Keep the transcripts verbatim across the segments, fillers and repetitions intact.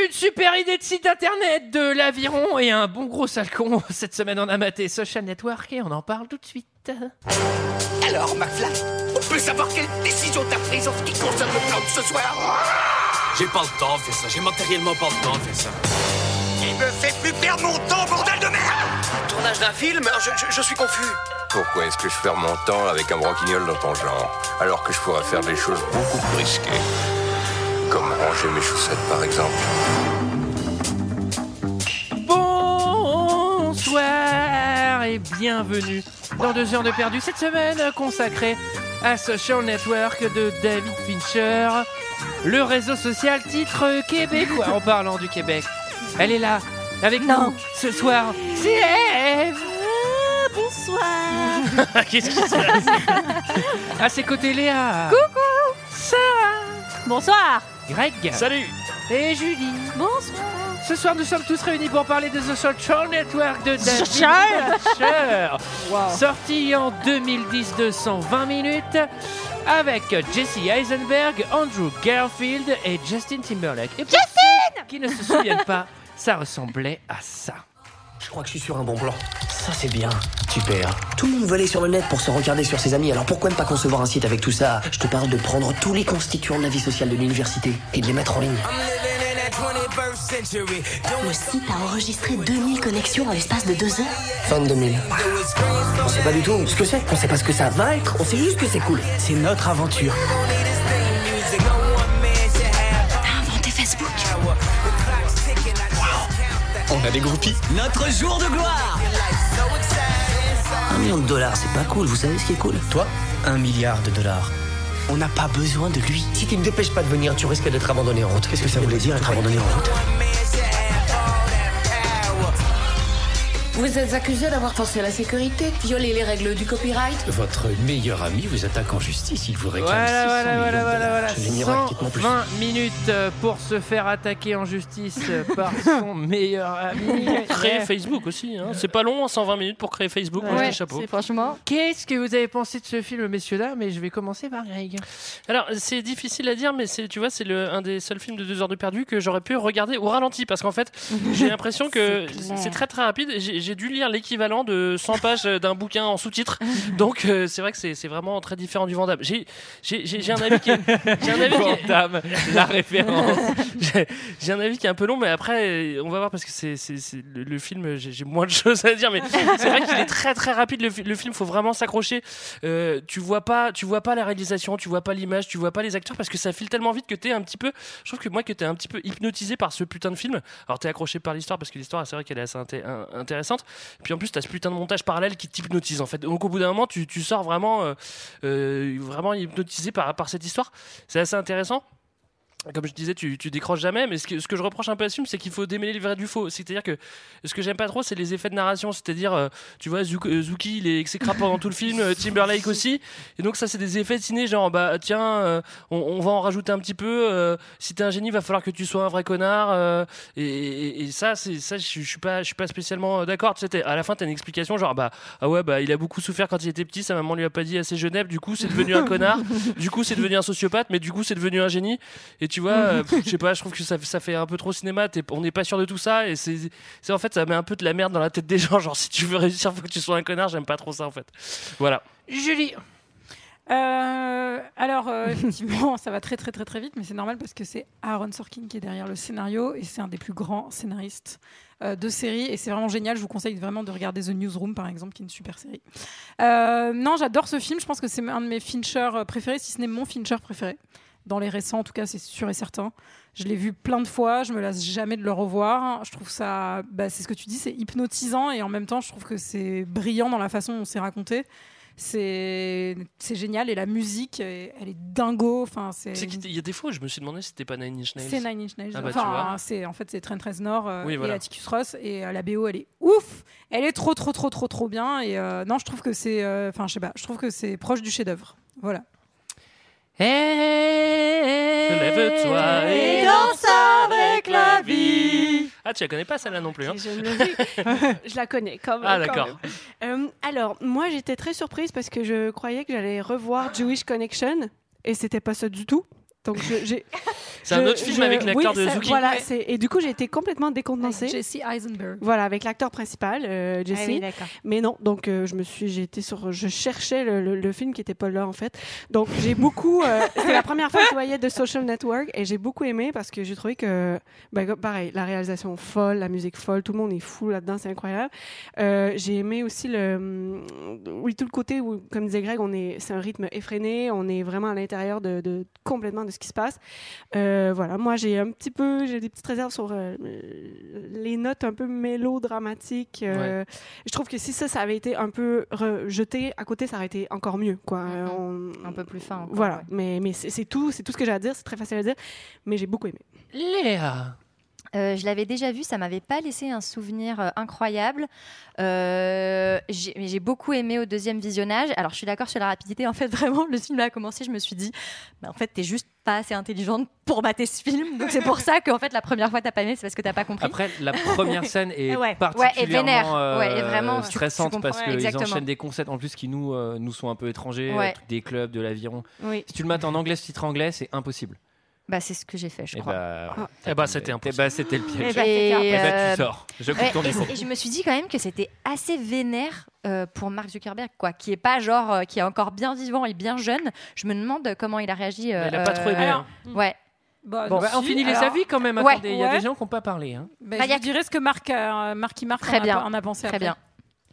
Une super idée de site internet, de l'aviron et un bon gros sale con. Cette semaine, on a maté Social Network et on en parle tout de suite. Alors, McFly, on peut savoir quelle décision t'as prise en ce qui concerne le plan de ce soir? J'ai pas le temps de faire ça, j'ai matériellement pas le temps de faire ça. Il me fait plus perdre mon temps, bordel de merde! Tournage d'un film? je, je, je suis confus. Pourquoi est-ce que je perds mon temps avec un broquignol dans ton genre, alors que je pourrais faire des choses beaucoup plus risquées? Comme ranger mes chaussettes, par exemple. Bonsoir et bienvenue dans deux heures de perdu cette semaine consacrée à Social Network de David Fincher, le réseau social titre québécois. En parlant du Québec, elle est là avec non. nous ce soir. C'est Ève. Ah, bonsoir. Qu'est-ce qui se passe? À ses côtés, Léa. Coucou. Sarah. Bonsoir. Greg. Salut. Et Julie. Bonsoir. Ce soir, nous sommes tous réunis pour parler de The Social Network de David Fincher, wow. Sorti en deux mille dix de cent vingt minutes, avec Jesse Eisenberg, Andrew Garfield et Justin Timberlake. Et pour Justin ceux qui ne se souviennent pas, ça ressemblait à ça. Je crois que je suis sur un bon plan. Ça c'est bien, super. Tout le monde veut aller sur le net pour se regarder sur ses amis, alors pourquoi ne pas concevoir un site avec tout ça? Je te parle de prendre tous les constituants de la vie sociale de l'université et de les mettre en ligne. Le site a enregistré deux mille connexions en l'espace de deux heures. vingt-deux mille. On sait pas du tout ce que c'est, on sait pas ce que ça va être, on sait juste que c'est cool. C'est notre aventure. T'as inventé Facebook? On a des groupies. Notre jour de gloire. Un million de dollars, c'est pas cool, vous savez ce qui est cool? Toi, un milliard de dollars. On n'a pas besoin de lui. Si tu ne dépêches pas de venir, tu risques d'être abandonné en route. Qu'est-ce que ça voulait dire, être abandonné en route? Vous êtes accusé d'avoir forcé la sécurité, violé les règles du copyright. Votre meilleur ami vous attaque en justice, il vous réclame voilà, six cents voilà, millions voilà, de voilà, dollars. voilà. cent vingt minutes pour se faire attaquer en justice par son meilleur ami. Créer Facebook aussi, hein. C'est pas long, cent vingt minutes pour créer Facebook. Ouais, moi, je dis chapeau. C'est franchement. Qu'est-ce que vous avez pensé de ce film, messieurs dames? Mais je vais commencer par Greg. Alors, c'est difficile à dire, mais c'est, tu vois, c'est le, un des seuls films de deux heures de perdu que j'aurais pu regarder au ralenti, parce qu'en fait, j'ai l'impression que c'est, c'est très très rapide. J'ai, j'ai dû lire l'équivalent de cent pages d'un bouquin en sous-titres, donc euh, c'est vrai que c'est, c'est vraiment très différent du Vandame. J'ai, j'ai, j'ai, j'ai un avis qui est, j'ai un avis Vandame, qui est... la référence. j'ai, j'ai un avis qui est un peu long, mais après, on va voir parce que c'est, c'est, c'est le, le film. J'ai, j'ai moins de choses à dire, mais c'est vrai qu'il est très très rapide. Le, le film, faut vraiment s'accrocher. Euh, tu vois pas, tu vois pas la réalisation, tu vois pas l'image, tu vois pas les acteurs parce que ça file tellement vite que t'es un petit peu. Je trouve que moi que t'es un petit peu hypnotisé par ce putain de film. Alors t'es accroché par l'histoire parce que l'histoire, c'est vrai qu'elle est assez inté- intéressante. Puis en plus t'as ce putain de montage parallèle qui t'hypnotise en fait. Donc au bout d'un moment, tu, tu sors vraiment, euh, euh, vraiment hypnotisé par, par cette histoire. C'est assez intéressant. Comme je disais, tu, tu décroches jamais, mais ce que, ce que je reproche un peu à ce film, c'est qu'il faut démêler le vrai du faux. C'est-à-dire que ce que j'aime pas trop, c'est les effets de narration. C'est-à-dire, euh, tu vois, Zouk, euh, Zouki, il est exécrable pendant tout le film, euh, Timberlake aussi. Et donc, ça, c'est des effets de ciné, genre, bah, tiens, euh, on, on va en rajouter un petit peu. Euh, si t'es un génie, va falloir que tu sois un vrai connard. Euh, et, et, et ça, c'est, ça, je suis pas, je suis pas spécialement d'accord. Tu sais, à la fin, t'as une explication, genre, bah, ah ouais, bah, il a beaucoup souffert quand il était petit, sa maman lui a pas dit assez Genève, du coup, c'est devenu un connard. Du coup, c'est devenu un sociopathe, mais du coup, c'est devenu un génie. Et tu vois, euh, je sais pas, je trouve que ça, ça fait un peu trop cinéma. T'es, on n'est pas sûr de tout ça, et c'est, c'est en fait, ça met un peu de la merde dans la tête des gens. Genre, si tu veux réussir, faut que tu sois un connard. J'aime pas trop ça, en fait. Voilà. Julie. Euh, alors euh, effectivement ça va très très très très vite, mais c'est normal parce que c'est Aaron Sorkin qui est derrière le scénario et c'est un des plus grands scénaristes euh, de série et c'est vraiment génial. Je vous conseille vraiment de regarder The Newsroom par exemple, qui est une super série. Euh, non, j'adore ce film, je pense que c'est un de mes Fincher préférés, si ce n'est mon Fincher préféré. Dans les récents, en tout cas, c'est sûr et certain. Je l'ai vu plein de fois, je me lasse jamais de le revoir. Je trouve ça, bah, c'est ce que tu dis, c'est hypnotisant et en même temps, je trouve que c'est brillant dans la façon dont c'est raconté. C'est, c'est génial et la musique, elle est dingo. Enfin, c'est. Il y a des fois où je me suis demandé si c'était pas Nine Inch Nails. C'est Nine Inch Nails. Ah bah, enfin, c'est en fait c'est Trent Reznor euh, oui, et voilà. Atticus Ross et euh, la B O, elle est ouf. Elle est trop trop trop trop trop bien et euh, non, je trouve que c'est, enfin, euh, je sais pas, je trouve que c'est proche du chef-d'œuvre. Voilà. Hey, lève-toi et danse avec la vie. Ah, tu la connais pas celle-là non plus, hein? Je, je la connais quand même. Ah, d'accord. Quand même. Euh, alors, moi, j'étais très surprise parce que je croyais que j'allais revoir Jewish Connection et c'était pas ça du tout. Donc je, j'ai, c'est je, un autre film je, avec l'acteur oui, de Zookie. Voilà, c'est, et du coup j'ai été complètement décontenancée. Avec Jesse Eisenberg. Voilà, avec l'acteur principal, euh, Jesse. Ah oui, d'accord. Mais non, donc euh, je me suis, j'ai été sur, je cherchais le, le, le film qui était pas là en fait. Donc j'ai beaucoup, euh, c'est la première fois que je voyais The Social Network et j'ai beaucoup aimé parce que j'ai trouvé que, ben, pareil, la réalisation folle, la musique folle, tout le monde est fou là-dedans, c'est incroyable. Euh, j'ai aimé aussi le, oui, tout le côté où, comme disait Greg, on est, c'est un rythme effréné, on est vraiment à l'intérieur de, de complètement de ce qui se passe. Euh, voilà, moi j'ai un petit peu, j'ai des petites réserves sur euh, les notes un peu mélodramatiques. Euh, ouais. Je trouve que si ça, ça avait été un peu rejeté à côté, ça aurait été encore mieux, quoi. Mm-hmm. On... Un peu plus fin. Encore, voilà, ouais. mais mais c'est, c'est tout, c'est tout ce que j'ai à dire. C'est très facile à dire, mais j'ai beaucoup aimé. Léa. Euh, je l'avais déjà vu, ça m'avait pas laissé un souvenir euh, incroyable. Euh, j'ai, mais j'ai beaucoup aimé au deuxième visionnage. Alors je suis d'accord sur la rapidité. En fait, vraiment, le film a commencé, je me suis dit, bah, en fait, t'es juste pas assez intelligente pour mater ce film. Donc c'est pour ça qu'en fait, la première fois t'as pas aimé, c'est parce que t'as pas compris. Après, la première scène est ouais. particulièrement ouais, et vénère. Euh, ouais, et vraiment, stressante tu, tu parce ouais, qu'ils enchaînent des concepts en plus qui nous euh, nous sont un peu étrangers, ouais. euh, des clubs, de l'aviron. Oui. Si tu le mates en anglais, ce titre anglais, c'est impossible. Bah, c'est ce que j'ai fait, je et crois. Bah, ah. Et bah, c'était impossible. Et bah, c'était le piège. Et bah, et euh... bah, tu sors. Je coupe ouais, ton micro. Et, et je me suis dit quand même que c'était assez vénère euh, pour Mark Zuckerberg, quoi, qui est pas genre, euh, qui est encore bien vivant et bien jeune. Je me demande comment il a réagi. Euh, il a pas trop aimé. Alors, hein. Ouais. Bah, bon, bah, on finit les alors... avis quand même. Ouais. Attendez, il y a ouais. des gens qui n'ont pas parlé. Hein. Bah, bah, je a... dirais ce que Marc, euh, Marc, Marc Très en, bien. A, en a pensé. Très après. bien.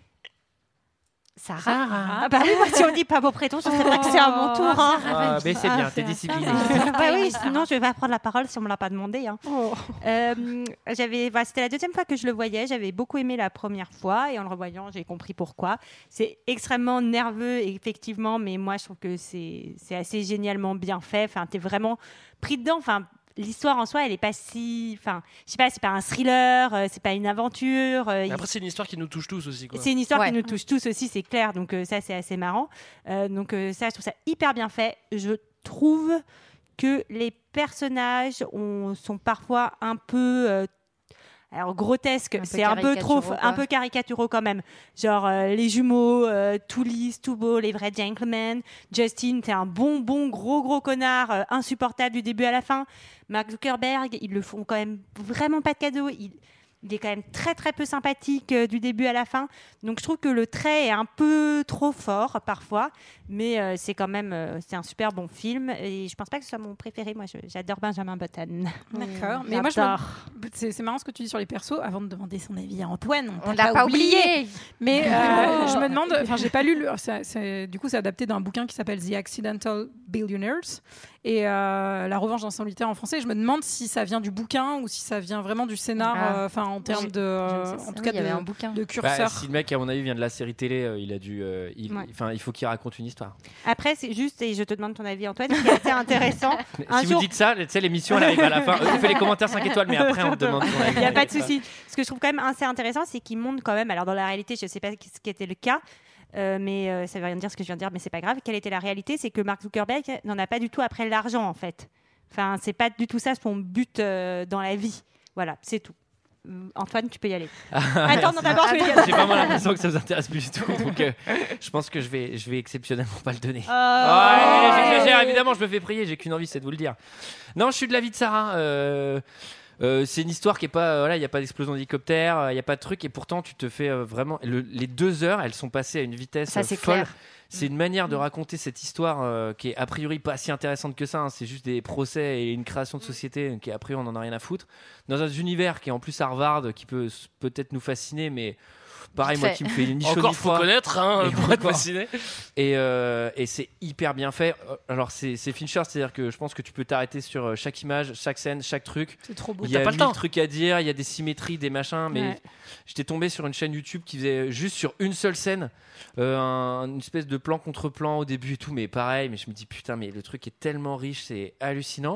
Sarah. Sarah. Ah bah oui, moi si on dit pas vos prétons, je sais pas que c'est à mon tour. Hein. Ah, mais c'est bien, t'es disciplinée. Bah oui, sinon je vais pas prendre la parole si on me l'a pas demandé. Hein. Oh. Euh, j'avais, bah, c'était la deuxième fois que je le voyais. J'avais beaucoup aimé la première fois et en le revoyant, j'ai compris pourquoi. C'est extrêmement nerveux, effectivement, mais moi je trouve que c'est, c'est assez génialement bien fait. Enfin, t'es vraiment pris dedans. Enfin. L'histoire en soi, elle est pas si, enfin, je sais pas, c'est pas un thriller, euh, c'est pas une aventure. Euh, Après, il... c'est une histoire qui nous touche tous aussi, quoi. C'est une histoire ouais. qui nous touche tous aussi, c'est clair. Donc euh, ça, c'est assez marrant. Euh, donc euh, ça, je trouve ça hyper bien fait. Je trouve que les personnages ont, sont parfois un peu euh, alors grotesque, un c'est un peu trop, quoi. un peu caricaturaux quand même. Genre euh, les jumeaux, euh, tout lisse, tout beau, les vrais gentlemen. Justin, c'est un bon, bon, gros, gros connard, euh, insupportable du début à la fin. Mark Zuckerberg, ils le font quand même vraiment pas de cadeau. Il, il est quand même très, très peu sympathique euh, du début à la fin. Donc je trouve que le trait est un peu trop fort parfois, mais euh, c'est quand même euh, c'est un super bon film et je pense pas que ce soit mon préféré. Moi, je, j'adore Benjamin Button. D'accord. Mais moi, je me... c'est, c'est marrant ce que tu dis sur les persos. Avant de demander son avis à Antoine, on, on l'a pas, pas oublié. oublié. Mais euh, je me demande. Enfin, j'ai pas lu. Le, c'est, c'est, du coup, c'est adapté d'un bouquin qui s'appelle The Accidental Billionaires et euh, La Revanche d'un solitaire en français. Je me demande si ça vient du bouquin ou si ça vient vraiment du scénar. Enfin, ah. euh, en termes de, euh, en tout cas, oui, de, de, un bouquin. de curseur. Bah, si le mec, à mon avis, vient de la série télé, euh, il a dû, euh, il, ouais. il faut qu'il raconte une histoire. Après, c'est juste, et je te demande ton avis, Antoine, qui est assez intéressant. si jour... vous dites ça, tu sais, l'émission, elle arrive à la fin. On fait les commentaires cinq étoiles, mais après, on te demande ton avis. Il n'y a pas de souci. Ce que je trouve quand même assez intéressant, c'est qu'il montre quand même, alors dans la réalité, je ne sais pas ce qui était le cas, Euh, mais euh, ça ne veut rien dire ce que je viens de dire, mais c'est pas grave. Quelle était la réalité? C'est que Mark Zuckerberg n'en a pas du tout après l'argent, en fait. Enfin, c'est pas du tout ça son but euh, dans la vie. Voilà, c'est tout. Euh, Antoine, tu peux y aller. Ah, Attends, non, d'abord, je vais dire. J'ai vraiment l'impression que ça vous intéresse plus du tout, donc euh, je pense que je vais, je vais exceptionnellement pas le donner. Oh ouais, j'exagère, évidemment, je me fais prier, j'ai qu'une envie, c'est de vous le dire. Non, je suis de l'avis de Sarah. Euh... Euh, c'est une histoire qui est pas, voilà, il n'y a pas d'explosion d'hélicoptère, il euh, n'y a pas de truc, et pourtant tu te fais euh, vraiment. Le, les deux heures, elles sont passées à une vitesse ça, c'est folle. Clair. C'est une manière de raconter cette histoire euh, qui est a priori pas si intéressante que ça. Hein. C'est juste des procès et une création de société qui a priori on en a rien à foutre. Dans un univers qui est en plus Harvard, qui peut peut-être nous fasciner, mais. Pareil, moi qui me fais ni chaud Encore ni faut froid. connaître hein, pour être fasciné. Et, euh, et c'est hyper bien fait. Alors c'est, c'est Fincher, c'est-à-dire que je pense que tu peux t'arrêter sur chaque image, chaque scène, chaque truc. C'est trop beau. Il y a T'as pas mille le temps. trucs à dire, il y a des symétries, des machins, mais ouais. J'étais tombé sur une chaîne YouTube qui faisait juste sur une seule scène, euh, un, une espèce de plan contre plan au début et tout, mais pareil. Mais je me dis putain, mais le truc est tellement riche, c'est hallucinant.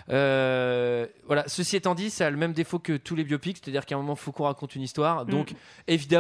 Euh, voilà. Ceci étant dit, ça a le même défaut que tous les biopics, c'est-à-dire qu'à un moment, faut qu'on raconte une histoire. Donc, mm. évidemment.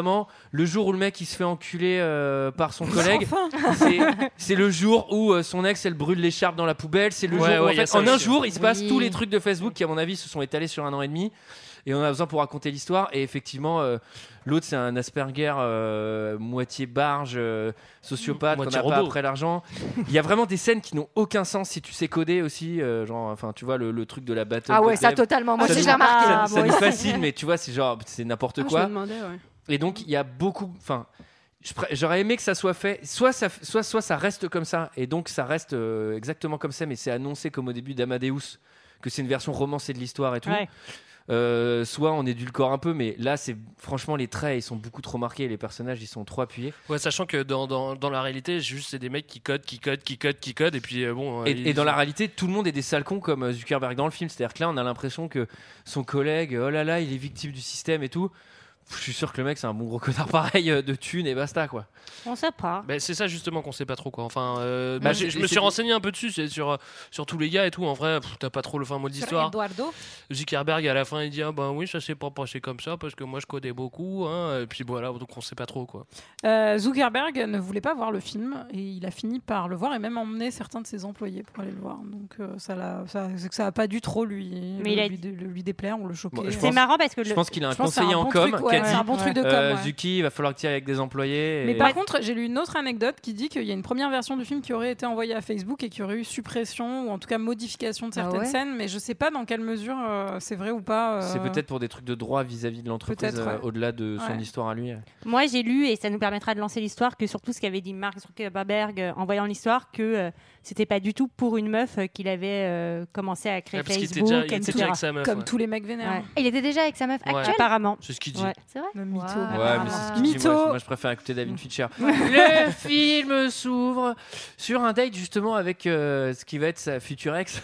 vraiment le jour où le mec il se fait enculer euh, par son collègue. c'est, c'est le jour où euh, son ex elle brûle l'écharpe dans la poubelle. C'est le Ouais, jour où, ouais, en, y a fait, ça en un aussi. jour il se passe Oui. tous les trucs de Facebook qui à mon avis se sont étalés sur un an et demi. Et on a besoin pour raconter l'histoire. Et effectivement, euh, l'autre, c'est un Asperger euh, moitié barge, euh, sociopathe, qu'on Moitié n'a pas robot. après l'argent. Il y a vraiment des scènes qui n'ont aucun sens si tu sais coder aussi. euh, genre, enfin, tu vois, le, le truc de la battle. Ah de ouais, ça Glaive. totalement. Moi Ça aussi, nous- je l'ai remarqué. Ça, Ah, ça moi nous aussi. fascine, mais tu vois, c'est genre, c'est n'importe Ah, je quoi. me demandais, ouais. Et donc, il y a beaucoup. Enfin. je pr- J'aurais aimé que ça soit fait, soit ça, soit, soit ça reste comme ça, et donc ça reste euh, exactement comme ça, mais c'est annoncé comme au début d'Amadeus, que c'est une version romancée de l'histoire et tout. Ouais. Euh, soit on édulcore un peu, mais là, c'est franchement les traits, ils sont beaucoup trop marqués, les personnages, ils sont trop appuyés. Ouais, sachant que dans, dans, dans la réalité, juste c'est des mecs qui codent, qui codent, qui codent, qui codent, et puis euh, bon. Et, ils- et dans la réalité, tout le monde est des sales cons comme euh, Zuckerberg dans le film. C'est-à-dire que là, on a l'impression que son collègue, oh là là, il est victime du système et tout. Je suis sûr que le mec, c'est un bon gros connard pareil euh, de thunes et basta quoi. On sait pas. Bah, c'est ça justement qu'on sait pas trop quoi. Enfin, euh, Bah, moi, c'est- j'ai- je me c'est- suis renseigné un peu dessus, c'est sur, sur tous les gars et tout. En vrai, pff, t'as pas trop le fin mot de Sur l'histoire. Eduardo. Zuckerberg à la fin il dit ah bah oui ça s'est pas passé comme ça parce que moi je codais beaucoup hein, et puis voilà donc on sait pas trop quoi. Euh, Zuckerberg ne voulait pas voir le film et il a fini par le voir et même emmener certains de ses employés pour aller le voir. Donc euh, ça, l'a, ça, c'est que ça a pas dû trop lui, Mais le- il a lui, dé- lui déplaire ou le choquer. Bon, je C'est pense- marrant parce que Je le- pense qu'il a un je pense que c'est conseiller un en bon com truc, ouais, qui a c'est dit un bon truc de com, euh, ouais. Zuki, il va falloir que tu ailles avec des employés. Mais et- par contre, j'ai lu une autre anecdote qui dit qu'il y a une première version du film qui aurait été envoyée à Facebook et qui aurait eu suppression ou en tout cas modification de Ah certaines ouais scènes, mais je sais pas dans quelle mesure euh, c'est vrai ou pas. euh, C'est peut-être pour des trucs de droit vis-à-vis de l'entreprise, Peut-être, euh, ouais. au-delà de son Ouais. histoire à lui. Moi, j'ai lu, et ça nous permettra de lancer l'histoire, que surtout ce qu'avait dit Mark Zuckerberg euh, en voyant l'histoire, que euh, c'était pas du tout pour une meuf euh, qu'il avait euh, commencé à créer Ouais, parce qu'il était Facebook, déjà- il était et cetera. déjà avec sa meuf, Comme ouais. tous les mecs vénères. Ouais. Il était déjà avec sa meuf Ouais. actuelle. Apparemment. C'est ce qu'il dit. Ouais. C'est vrai. Le mytho. Wow. Ouais, mais c'est ce qu'il dit, Mytho. moi, moi, je préfère écouter David Fincher. Le film s'ouvre sur un date justement avec euh, ce qui va être sa future ex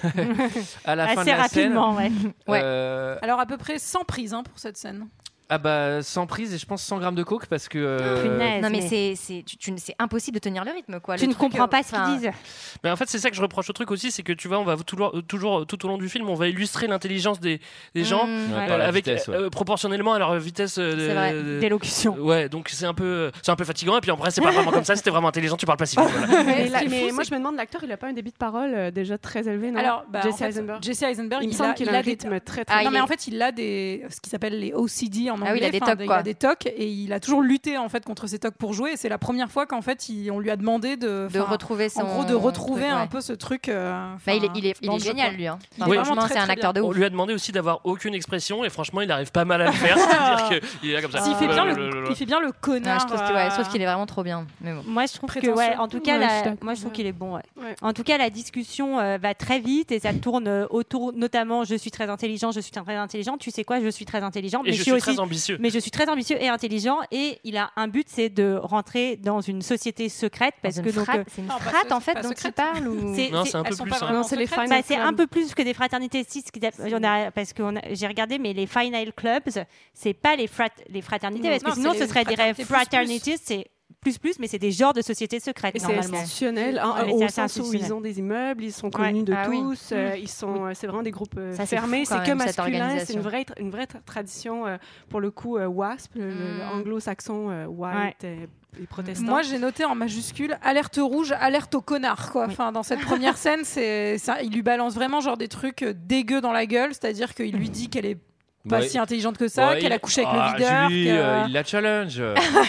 à la fin de Assez la scène. rapidement, ouais. Ouais. Euh, Alors à peu près cent prises hein, pour cette scène. ah bah sans prise et je pense cent grammes de coke parce que euh, Punaise. Non mais mais- c'est c'est tu- tu- c'est impossible de tenir le rythme quoi. Tu Le ne truc, comprends euh, pas ce enfin, qu'ils disent. Mais en fait, c'est ça que je reproche au truc aussi, c'est que tu vois, on va toujours, toujours tout au long du film, on va illustrer l'intelligence des, des gens Mmh, Ouais, ouais. par la avec vitesse, ouais. euh, proportionnellement à leur vitesse euh, C'est vrai. de- D'élocution. Ouais, donc c'est un peu, c'est un peu fatigant. Et puis en vrai, c'est pas vraiment comme ça. C'était vraiment intelligent. Tu parles pas si vite. Voilà. Mais, ce la- qui est mais fou, moi, c'est je me demande, l'acteur, il a pas un débit de parole euh, déjà très élevé, non? Alors, bah, en Jesse fait, Eisenberg. Jesse Eisenberg, Il me il, semble a, qu'il il a un a des rythme très, très Ah, non, il mais est- en fait, il a des ce qui s'appelle les O C D en anglais. Ah oui, il a des enfin, tocs, il quoi. a des tocs et il a toujours lutté en fait contre ces tocs pour jouer. Et c'est la première fois qu'en fait, il- on lui a demandé de, De enfin, retrouver son en gros, de retrouver truc, un ouais. peu ce truc. euh, Bah, il est enfin, il est il dans est le jeu, génial quoi. lui. Hein. Il est Enfin, vraiment franchement, très, c'est un très acteur de On ouf. lui a demandé aussi d'avoir aucune expression et franchement, il arrive pas mal à le faire. C'est-à-dire qu'il est là comme ça. S'il fait bien le, Blablabla. il fait bien le Ouais, connard. je trouve que- ouais, je trouve euh, qu'il est vraiment trop bien. Mais bon. Moi, je trouve que, Prétentieux. ouais, en tout cas, Ouais, la- je suis d'accord, moi, je trouve ouais. qu'il est bon. Ouais. Ouais. En tout cas, la discussion euh, va très vite et ça tourne euh, autour, notamment, je suis très intelligent, je suis très intelligent. Tu sais quoi, je suis très intelligent, Et mais je suis aussi, très ambitieux. mais je suis très ambitieux et intelligent. Et il a un but, c'est de rentrer dans une société secrète parce Dans que une donc, frate- euh, c'est une Non, pas frate ce- en fait pas dont secrète. tu parles ou c'est- Non, c'est- c'est un peu elles sont plus. pas hein. vraiment Non, c'est les secrètes. Final Bah, c'est Club. un peu plus que des fraternités. Si, ce qu'il y a- il y en a- parce que on a- j'ai regardé, mais les final clubs, c'est pas les, frat, les fraternités, Non, parce que non, sinon c'est ce les serait des fraternités plus fraternités, c'est plus plus, mais c'est des genres de sociétés secrètes Et c'est normalement. institutionnel, hein, Ouais, au c'est assez sens où institutionnel. ils ont des immeubles, ils sont Ouais. connus de Ah oui. tous, euh, ils sont, euh, c'est vraiment des groupes euh, Ça, c'est fermés, fou, quand c'est que même, cette masculin, c'est organisation. une vraie, une vraie tra- tradition euh, pour le coup euh, WASP, le, le Mm. anglo-saxon euh, white euh, et protestant. Moi, j'ai noté en majuscule alerte rouge, alerte au connard. Quoi. Enfin, dans cette première scène, c'est ça, il lui balance vraiment genre des trucs euh, dégueux dans la gueule, c'est-à-dire qu'il lui dit qu'elle est pas Ouais. si intelligente que ça, Ouais, qu'elle il- a couché avec Ah, le videur. Julie, que- euh, il la challenge.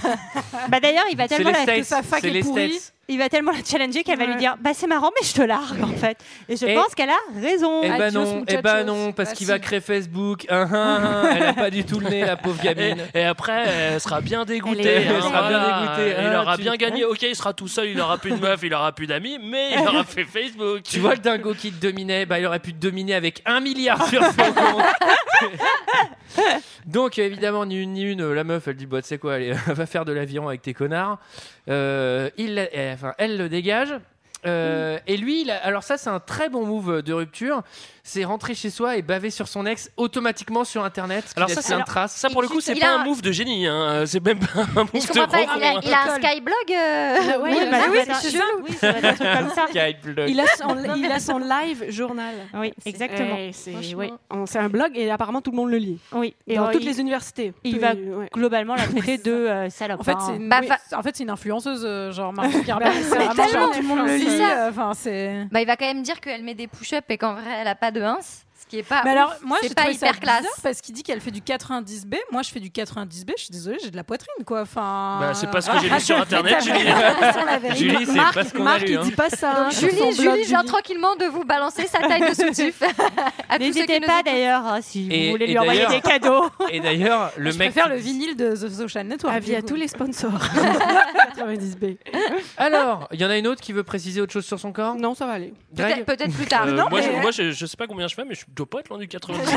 Bah d'ailleurs, il va C'est tellement les la, States, que sa fac c'est est les pourrie. States. il va tellement la challenger qu'elle va Ouais. lui dire bah c'est marrant mais je te largue en fait. Et je Et- pense qu'elle a raison. Eh ben Adios, non, eh ben muchachos. non, parce Bah qu'il si. va créer Facebook. Ah, ah, ah, elle a pas du tout le nez, la pauvre Et, gamine. et après, elle sera bien dégoûtée. Elle est- hein, elle sera bien voilà. dégoûtée. Il Ah, aura tu- bien gagné. Ok, il sera tout seul, il aura plus de meuf, il aura plus d'amis, mais il aura fait Facebook. Tu vois le dingo qui te dominait, bah il aurait pu te dominer avec un milliard sur son compte. Donc euh, évidemment ni une ni une, euh, la meuf elle dit bah tu sais quoi, allez, va faire de l'aviron avec tes connards. Euh, il, la- elle, enfin elle le dégage Euh, et lui, il a- alors ça, c'est un très bon move de rupture. C'est rentrer chez soi et baver sur son ex automatiquement sur Internet. Ce qui Alors laisse ça, c'est plein de un- traces. ça pour le coup, c'est Il pas a un move de génie. Hein. C'est même pas un move Je de comprends pas, gros il a, con. il a un Skyblog euh... Ouais, oui, bah bah oui, oui, c'est c'est chelou. chelou. Oui, ça va être un truc comme ça. Skyblog. Il a son, il a son live journal. Oui, exactement. Eh, c'est, Franchement. ouais, on- c'est un blog et apparemment tout le monde le lit. Oui. Et Dans dans toutes il- les universités. il Tout- va ouais. globalement la traiter de euh, salope. En fait, hein. c'est une, Bah, oui, fa- c'est- en fait, c'est une influenceuse, euh, genre Mark Zuckerberg. c'est mais vraiment tellement genre, tout le monde le lit. c'est ça. euh, Enfin, c'est. Bah, il va quand même dire qu'elle met des push-ups et qu'en vrai, elle a pas de ins. Ce qui est pas. Mais alors, ouf. moi, j'ai c'est pas trouvé ça hyper classe. bizarre parce qu'il dit qu'elle fait du quatre-vingt-dix B. Moi, je fais du quatre-vingt-dix B. Je suis désolée, j'ai de la poitrine, quoi. Enfin. Bah, c'est pas ce que j'ai lu sur Internet, Julie. Julie, c'est Marc, pas ce qu'on a Marc, lu. il hein. dit pas ça. hein, sur Julie, son blog, Julie vient tranquillement de vous balancer sa taille de soutif. À tous ceux N'hésitez qui nous pas écoutent. d'ailleurs hein, si Et- vous voulez et lui envoyer d'ailleurs- des cadeaux. Et d'ailleurs, le je mec. préfère qui le dit- vinyle de The Social Network. Avis à du tous coup. les sponsors. quatre-vingt-dix B. Alors, il y en a une autre qui veut préciser autre chose sur son corps. Non, ça va aller. Peut-être, peut-être plus tard. Euh, non, moi, mais- je, moi je, je sais pas combien je fais, mais je dois pas être loin du quatre-vingt-dix.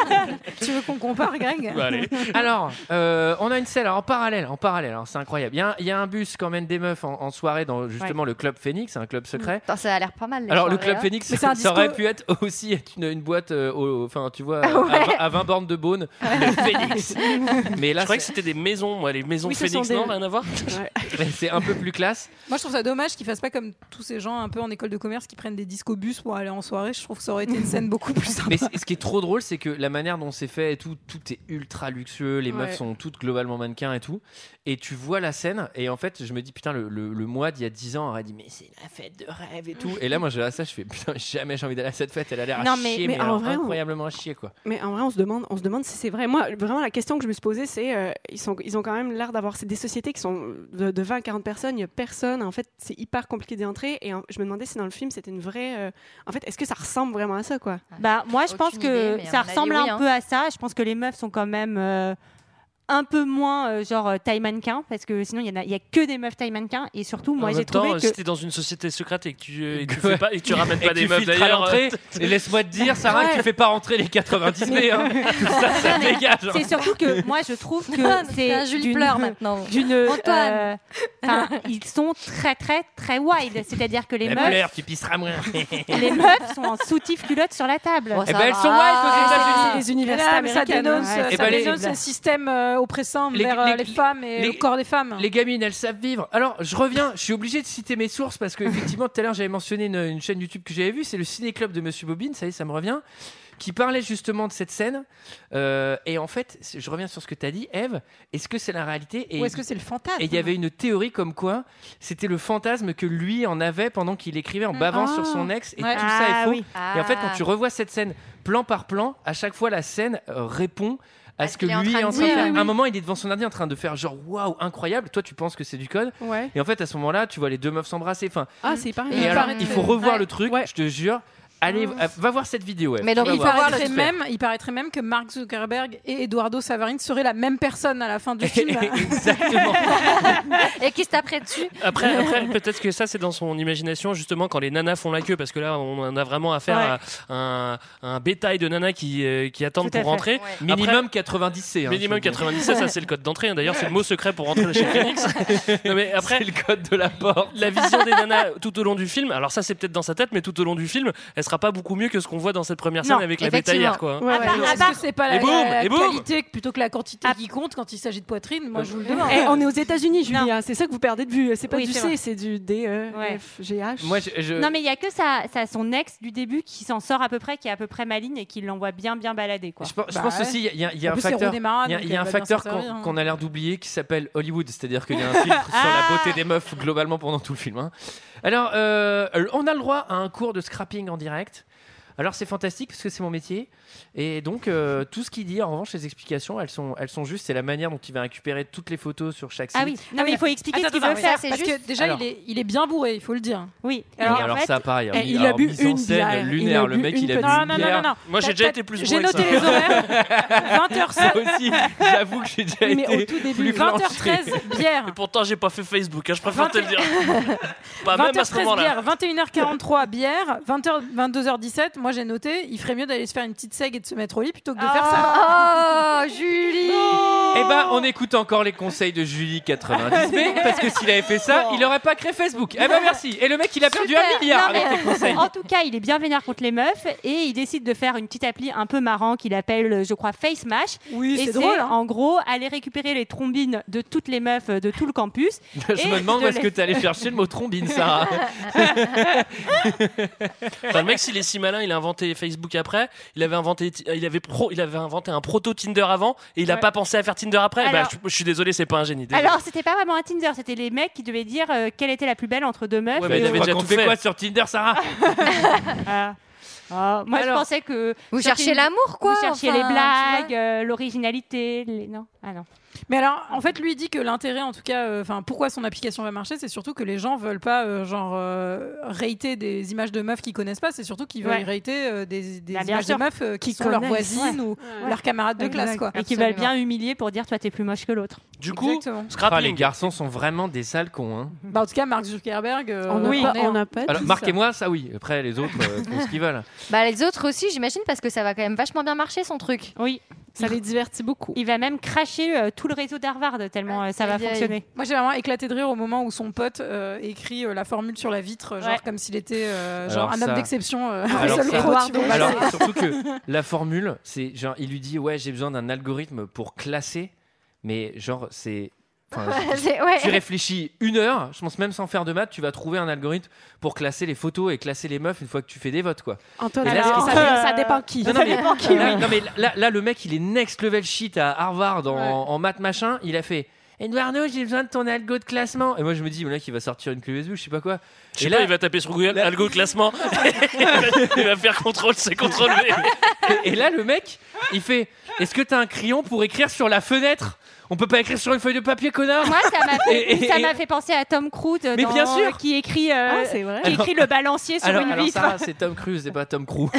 Tu veux qu'on compare, Greg Bah, allez. Alors, euh, on a une scène alors, en parallèle, en parallèle. Alors, c'est incroyable. Il y, a un- il y a un bus qui emmène des meufs en, en soirée dans justement le club Phoenix, un club secret. Attends, ça a l'air pas mal. les Alors, le soirées, club hein. Phoenix, Mais c'est un ça aurait disco- pu être aussi être une, une boîte, euh, au- enfin, tu vois, Ah ouais. à, vingt- à vingt bornes de Beaune, le Phoenix. Mais Je là, croyais que c'est c'était des maisons, moi, les maisons Oui, ce Phoenix, sont des- non, rien à voir. c'est un peu plus classe. Moi, je trouve ça dommage qu'ils fassent pas comme tous ces gens un peu en école de commerce qui prennent des discobus pour aller en soirée. Je trouve que ça aurait été une scène beaucoup plus sympa. Mais c- ce qui est trop drôle, c'est que la manière dont c'est fait, et tout, tout est ultra luxueux. Les meufs Ouais. sont toutes globalement mannequins et tout. Et tu vois la scène, et en fait, je me dis, putain, le, le, le mois d'il y a dix ans aurait dit, mais c'est la fête de rêve et tout. Et là, moi, je à ça, je fais, putain, jamais j'ai envie d'aller à cette fête. Elle a l'air à Non, mais- chier, mais mais, en alors vrai, on- incroyablement à chier, quoi. Mais en vrai, on se demande, on se demande si c'est vrai. Moi, vraiment, la question que je me suis posée, c'est euh, ils, sont, ils ont quand même l'air d'avoir c'est des sociétés qui sont de, de vingt à quarante personnes, il n'y a personne. En fait, c'est hyper compliqué d'y entrer. Et en- je me demandais si dans le film, c'était une vraie. euh, En fait, est-ce que ça ressemble vraiment à ça, quoi? Bah, moi, je Aucune pense idée, que mais à ça mon avis, ressemble oui, un hein. peu à ça. Je pense que les meufs sont quand même euh, un peu moins euh, genre euh, taille mannequin, parce que sinon, il y en a, il y a que des meufs taille mannequin. Et surtout, moi, en j'ai même temps, trouvé que si t'es dans une société secrète et que tu, euh, et que tu Ouais. fais pas et que tu ramènes Et pas que des tu meufs filtres à d'ailleurs. l'entrée, euh, et laisse-moi te dire, Sarah, Ouais. que tu fais pas rentrer les quatre-vingt-dix B. Hein. Tout ça, ça Non, mais dégage. hein. c'est surtout que moi, je trouve que Ah, c'est un Julie d'une- pleure maintenant. d'une Antoine. euh, enfin, ils sont très très très wide, c'est-à-dire que les Mais meufs pleure, tu pisseras moins. les meufs sont en soutif culotte sur la table. Oh, Eh ça ben, elles va. sont wild aux États-Unis. C'est les Et universités là, mais ça américaines. dénonce, Ouais. Eh ça ben, les- dénonce le système euh, oppressant Les- vers euh, les- les, femmes et les- le corps des femmes. Les gamines, elles savent vivre. Alors, je reviens, je suis obligé de citer mes sources parce que, effectivement, tout à l'heure, j'avais mentionné une, une chaîne YouTube que j'avais vue, c'est le Ciné Club de Monsieur Bobine, ça y est, ça me revient, qui parlait justement de cette scène. Euh, et en fait, c'est- je reviens sur ce que tu as dit, Eve, est-ce que c'est la réalité et, Ou est-ce que c'est le fantasme? et il y avait une théorie comme quoi c'était le fantasme que lui en avait pendant qu'il écrivait en bavant Ah. sur son ex, et Ouais. tout ça est Ah faux. oui. Et en fait, quand tu revois cette scène plan par plan, à chaque fois, la scène euh, répond à À ce ce que qu'il est en lui train est de en train de dire. faire. Oui, oui. À un moment, il est devant son ordi en train de faire genre waouh, incroyable. Toi, tu penses que c'est du code. Ouais. Et en fait, à ce moment-là, tu vois les deux meufs s'embrasser. Enfin, Ah, c'est hyper Et et il alors, paraît il très- faut revoir ouais. le truc. Ouais. Je te jure. Allez, Ah. euh, va voir cette vidéo. Eve. Mais Tu donc, vas il Il voir. voir paraîtrait, le même, il paraîtrait même que Mark Zuckerberg et Eduardo Savarine seraient la même personne à la fin du film. Exactement. Et qui se taperait dessus. Après, après peut-être que ça, c'est dans son imagination, justement, quand les nanas font la queue, parce que là, on en a vraiment affaire Ouais. à un, un bétail de nanas qui, euh, qui attendent Tout à pour fait. rentrer. Ouais. Minimum quatre-vingt-dix C. hein, Minimum je veux dire. quatre-vingt-dix, ça c'est le code d'entrée. hein. D'ailleurs, c'est le mot secret pour rentrer chez Phoenix. Non, mais après, C'est le code de la porte. la vision des nanas tout au long du film, alors ça c'est peut-être dans sa tête, mais tout au long du film, elle sera pas beaucoup mieux que ce qu'on voit dans cette première scène Non, avec la effectivement. bétaillère, quoi. Ouais, ouais. Est-ce que c'est pas la, Et boum, la et boum. qualité plutôt que la quantité qui compte quand il s'agit de poitrine? Moi, je vous le demande. Eh, on est aux États-Unis, Julie. hein. C'est ça que vous perdez de vue. C'est pas Oui, du c'est C, vrai. c'est du D, E, Ouais. F, G, H. Moi, je, je- Non mais il y a que sa, sa- son ex du début qui s'en sort à peu près, qui est à peu près maligne et qui l'envoie bien bien balader quoi. je pense, je Bah pense ouais. aussi il y a, il y a En un plus, c'est facteur. Rooney Mara, Il y a, donc il y a elle un va bien facteur s'en qu'on servir, hein. qu'on a l'air d'oublier qui s'appelle Hollywood, c'est-à-dire qu'il y a un filtre sur la beauté des meufs globalement pendant tout le film. hein. Alors, euh, on a le droit à un cours de scrapping en direct. Alors c'est fantastique parce que c'est mon métier et donc euh, tout ce qu'il dit en revanche les explications elles sont elles sont justes, c'est la manière dont il va récupérer toutes les photos sur chaque site. Ah oui, non mais il faut expliquer Attends, ce qu'il attends, veut attends, faire. c'est parce juste- que déjà Alors. il est il est bien bourré, il faut le dire. Oui. Alors, Et en alors fait, ça pareil, eh, mis- il a alors, bu mise en une scène bière. lunaire, Il a le bu mec une il a bu petite- Non, une non, non, bière. non, non. Moi, j'ai T'as- déjà t'as- été plus J'ai bourré que noté ça. les horaires. vingt heures Moi aussi, j'avoue que j'ai déjà Mais au été tout début, plus vingt heures planché. treize, bière. Et pourtant, j'ai pas fait Facebook, hein, je préfère te le dire. Pas même à ce vingt heures treize, moment-là. bière. vingt et une heures quarante-trois, bière. vingt heures, vingt-deux heures dix-sept, moi j'ai noté, il ferait mieux d'aller se faire une petite seg et de se mettre au lit plutôt que de faire ça. Oh, Julie. Eh ben, on écoute encore les conseils de Julie quatre-vingt-dix B parce que s'il avait fait ça, il aurait pas créé Facebook. Eh ben merci. Et le mec, il a perdu Super. un milliard Non, avec mais- tes conseils. En tout cas, il est bien vénère contre les meufs et il décide de faire une petite appli un peu marrant qu'il appelle, je crois, Face Mash. Oui, et c'est c'est drôle, hein. en gros aller récupérer les trombines de toutes les meufs de tout le campus. Je et me demande de où est-ce les- que tu allais chercher le mot trombine, Sarah. Enfin, le mec, s'il est si malin, il a inventé Facebook après. Il avait inventé, il avait pro, il avait inventé un proto Tinder avant et il a Ouais. pas pensé à faire Tinder après. Alors- bah, je, je suis désolé, c'est pas un génie. Désolé. Alors, c'était pas vraiment un Tinder, c'était les mecs qui devaient dire euh, quelle était la plus belle entre deux meufs. Ouais, mais et il on- avait déjà On tout fait fait. quoi sur Tinder, Sarah? Ah. Ah, moi, Alors, je pensais que Vous sur cherchez Tinder- l'amour, quoi. Vous cherchiez enfin, les tu blagues, vois. euh, l'originalité, les... non Ah non. Mais alors, en fait, lui il dit que l'intérêt, en tout cas, enfin, pourquoi son application va marcher, c'est surtout que les gens veulent pas, euh, genre, euh, rater des images de meufs qu'ils connaissent pas. C'est surtout qu'ils veulent Ouais. rater euh, des, des Bah, bien images sûr. de meufs euh, qui Qui sont leurs connaissent, voisines ouais. ou Ouais. leurs camarades de classe, Exact. quoi. Et qui veulent Absolument. bien humilier pour dire toi t'es plus moche que l'autre. Du coup, Exactement. Ah, scrapping. les garçons sont vraiment des sales cons. Hein. Bah, en tout cas, Mark Zuckerberg. euh, On n'a oui, pas, on est, on hein. n'a pas Alors, dit Marc ça. et moi, ça oui. Après, les autres euh, font ce qu'ils veulent. Bah, les autres aussi, j'imagine, parce que ça va quand même vachement bien marcher son truc. Oui. Ça les divertit beaucoup. Il va même cracher euh, tout le réseau d'Harvard tellement euh, ça va aïe, aïe. fonctionner. Moi, j'ai vraiment éclaté de rire au moment où son pote euh, écrit euh, la formule sur la vitre, genre Ouais. comme s'il était euh, Alors genre un ça- homme d'exception. Euh, Alors Russell ça- Crowe, tu vois. Alors, surtout que la formule, c'est genre, il lui dit, ouais, j'ai besoin d'un algorithme pour classer, mais genre, c'est. Enfin, C'est- ouais. tu réfléchis une heure, je pense même sans faire de maths, tu vas trouver un algorithme pour classer les photos et classer les meufs une fois que tu fais des votes, quoi. Antoine, Et là, alors, ce qui- ça, dé- ça dépend qui. Non, non, Ça mais, dépend qui, là, oui. non, mais là, là, le mec, il est next level shit à Harvard en, Ouais. en maths machin. Il a fait Eduardo, j'ai besoin de ton algo de classement. Et moi, je me dis, le mec, il va sortir une clé U S B, je sais pas quoi. Je sais Et pas, là, il va taper sur Google algo classement. Il va faire contrôle C, contrôle V. et là, le mec, il fait est-ce que t'as un crayon pour écrire sur la fenêtre? On peut pas écrire sur une feuille de papier, connard? Moi, ça m'a fait, Et- et- ça et- m'a fait penser à Tom Cruise euh, Mais dans- bien sûr. qui écrit, euh, Ah, c'est vrai. qui écrit le balancier sur alors, une alors vitre. Sarah, c'est Tom Cruise, c'est pas Tom Cruise.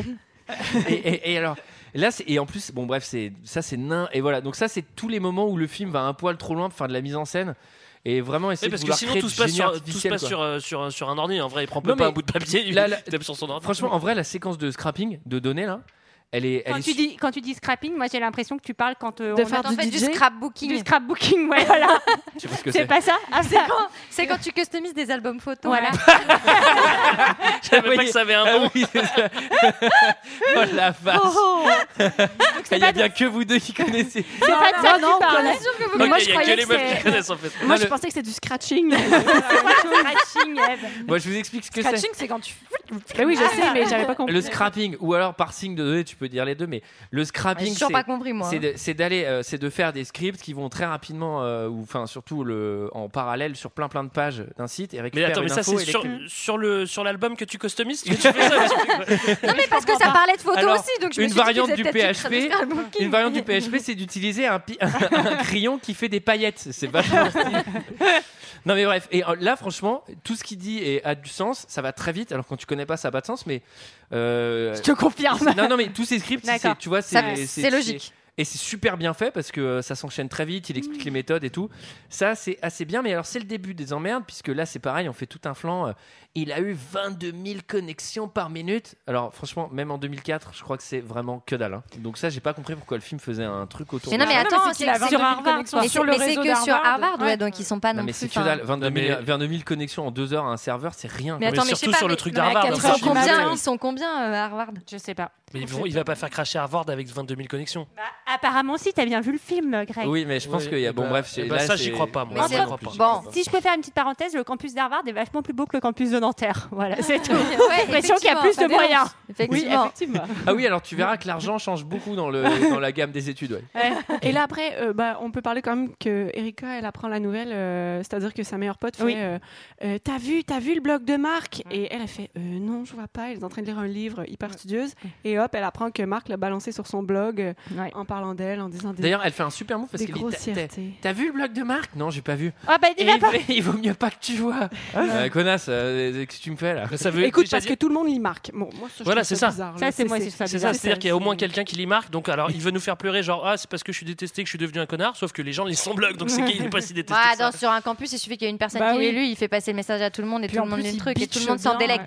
et, et- et alors, là, c'est- et en plus, bon, bref, c'est ça, c'est nain. Et voilà, donc ça, c'est tous les moments où le film va un poil trop loin pour faire de la mise en scène et vraiment essayer Oui, parce de que vouloir sinon créer tout du se passe, génie sur, tout se artificiel, passe quoi. sur, euh, sur, sur un ordi. En vrai, il prend Non, même pas mais un bout de papier, il là, là, tape sur son ordi. Franchement, en vrai, la séquence de scrapping de données là, elle est, elle Quand est tu, dis, quand tu dis scrapping, moi j'ai l'impression que tu parles quand euh, De on faire a En fait, du D J? scrapbooking. du scrapbooking. Ouais, voilà. je sais pas ce que C'est c'est. pas ça Ah, C'est ça. quand, c'est quand tu customises des albums photos. Voilà. Je savais Oui. pas que ça avait un Ah nom. oui, c'est ça. Oh la vache. Il y a bien que vous deux qui connaissez. C'est pas de ça que non, tu parles. Bien sûr que vous Mais Ok, moi, il je y a que croyais les que meufs c'est- qui connaissent en fait. Moi, Non, je le- pensais que c'était du scratching. Scratching, Eve. Moi, je vous explique ce que c'est. Scratching, c'est quand tu. Mais oui, je sais, mais j'avais pas compris. Le scrapping ou alors parsing de données, tu peux dire les deux, mais le J'ai scrapping, toujours c'est pas compris, moi. c'est de- c'est d'aller, euh, c'est de faire des scripts qui vont très rapidement, euh, ou enfin surtout le, en parallèle sur plein plein de pages d'un site et Mais récupérer attends, mais une ça info c'est et sur, l'écrire. sur le sur l'album que tu customises que tu fais ça. Non, mais parce que ça parlait de photos Alors, aussi, donc je me une suis dit que variante vous du êtes peut-être P H P, du scrapbooking. Une variante du P H P, c'est d'utiliser un, pi- un crayon qui fait des paillettes. C'est vachement stylé. Non mais bref, et euh, là franchement, tout ce qu'il dit est- a du sens, ça va très vite. Alors quand tu connais pas, ça n'a pas de sens, mais euh, Je te confirme. non non mais tous ces scripts, D'accord. c'est- tu vois, Ça- c'est c'est logique. Et c'est super bien fait parce que euh, ça s'enchaîne très vite, il explique les méthodes et tout. Ça, c'est assez bien, mais alors c'est le début des emmerdes, puisque là, c'est pareil, on fait tout un flanc. euh, il a eu vingt-deux mille connexions par minute. Alors, franchement, même en deux mille quatre, je crois que c'est vraiment que dalle. hein. Donc, ça, j'ai pas compris pourquoi le film faisait un truc autour Mais de non, mais ça. attends, c'est qu'il a c'est vingt-deux mille Harvard. connexions Mais sur c'est- le mais c'est réseau que sur d'Harvard. Harvard, ouais, Ouais. donc ils sont pas Non, non mais plus. c'est que enfin- dalle. vingt-deux Non, mais- mille vingt-deux mille connexions en deux heures à un serveur, c'est rien. Mais Mais attends, mais je sais surtout pas, sur le mais- truc mais à d'Harvard, quatre hein, Ils c'est sont chiant. combien Ils sont combien euh, à Harvard Je sais pas. Mais ils vont- il va pas faire cracher Harvard avec vingt-deux mille connexions. Bah, apparemment, si, t'as bien vu le film, Greg. Oui, mais je pense Oui, qu'il y a. eh Bon, bah- bref, eh c'est- bah, là, ça, j'y c'est- crois pas, moi. Là, J'y c'est- crois pas. Bon. Si je peux faire une petite parenthèse, le campus d'Harvard est vachement plus beau que le campus de Nanterre. Voilà, c'est tout. Ouais, J'ai l'impression qu'il y a plus de effectivement, ça moyens. dénonce. Effectivement. effectivement. Ah oui, alors tu verras que l'argent change beaucoup dans, le, dans la gamme des études. Ouais. Ouais. Et là, après, euh, bah, on peut parler quand même que Erika, elle apprend la nouvelle, euh, c'est-à-dire que sa meilleure pote fait Oui. euh, euh, T'as vu, t'as vu le blog de Marc? Et elle a fait euh, Non, je vois pas. Elle est en train de lire un livre hyper studieuse. Et hop, elle apprend que Marc l'a balancé sur son blog euh, Ouais. en parlant d'elle, en disant des, D'ailleurs, elle fait un super move parce des qu'elle dit T'as- T'as grossièretés. t'as vu le blog de Marc? Non, j'ai pas vu. Ah bah, il Et va il, pas. fait, il vaut mieux pas que tu vois. Euh, connasse, euh, qu'est-ce que tu me fais là? Ça veut Écoute, déjà parce dire- que tout le monde lit Marc. Bon, moi, ça, je Voilà, trouve c'est ça. bizarre, Ça, là. c'est moi, c'est ça. C'est bizarre. ça, c'est-à-dire qu'il y a au moins c'est- quelqu'un qui lit Marc, donc alors il veut nous faire pleurer, genre ah c'est parce que je suis détesté que je suis devenu un connard, sauf que les gens lisent son blog, donc c'est qu'il est pas si détesté. Ouais, que ça. dans- sur un campus, il suffit qu'il y ait une personne Bah qui oui. l'ait lu, il fait passer le message à tout le monde et Puis tout en le monde plus, lit le il truc et tout le bitch monde s'en bien, délecte. ouais.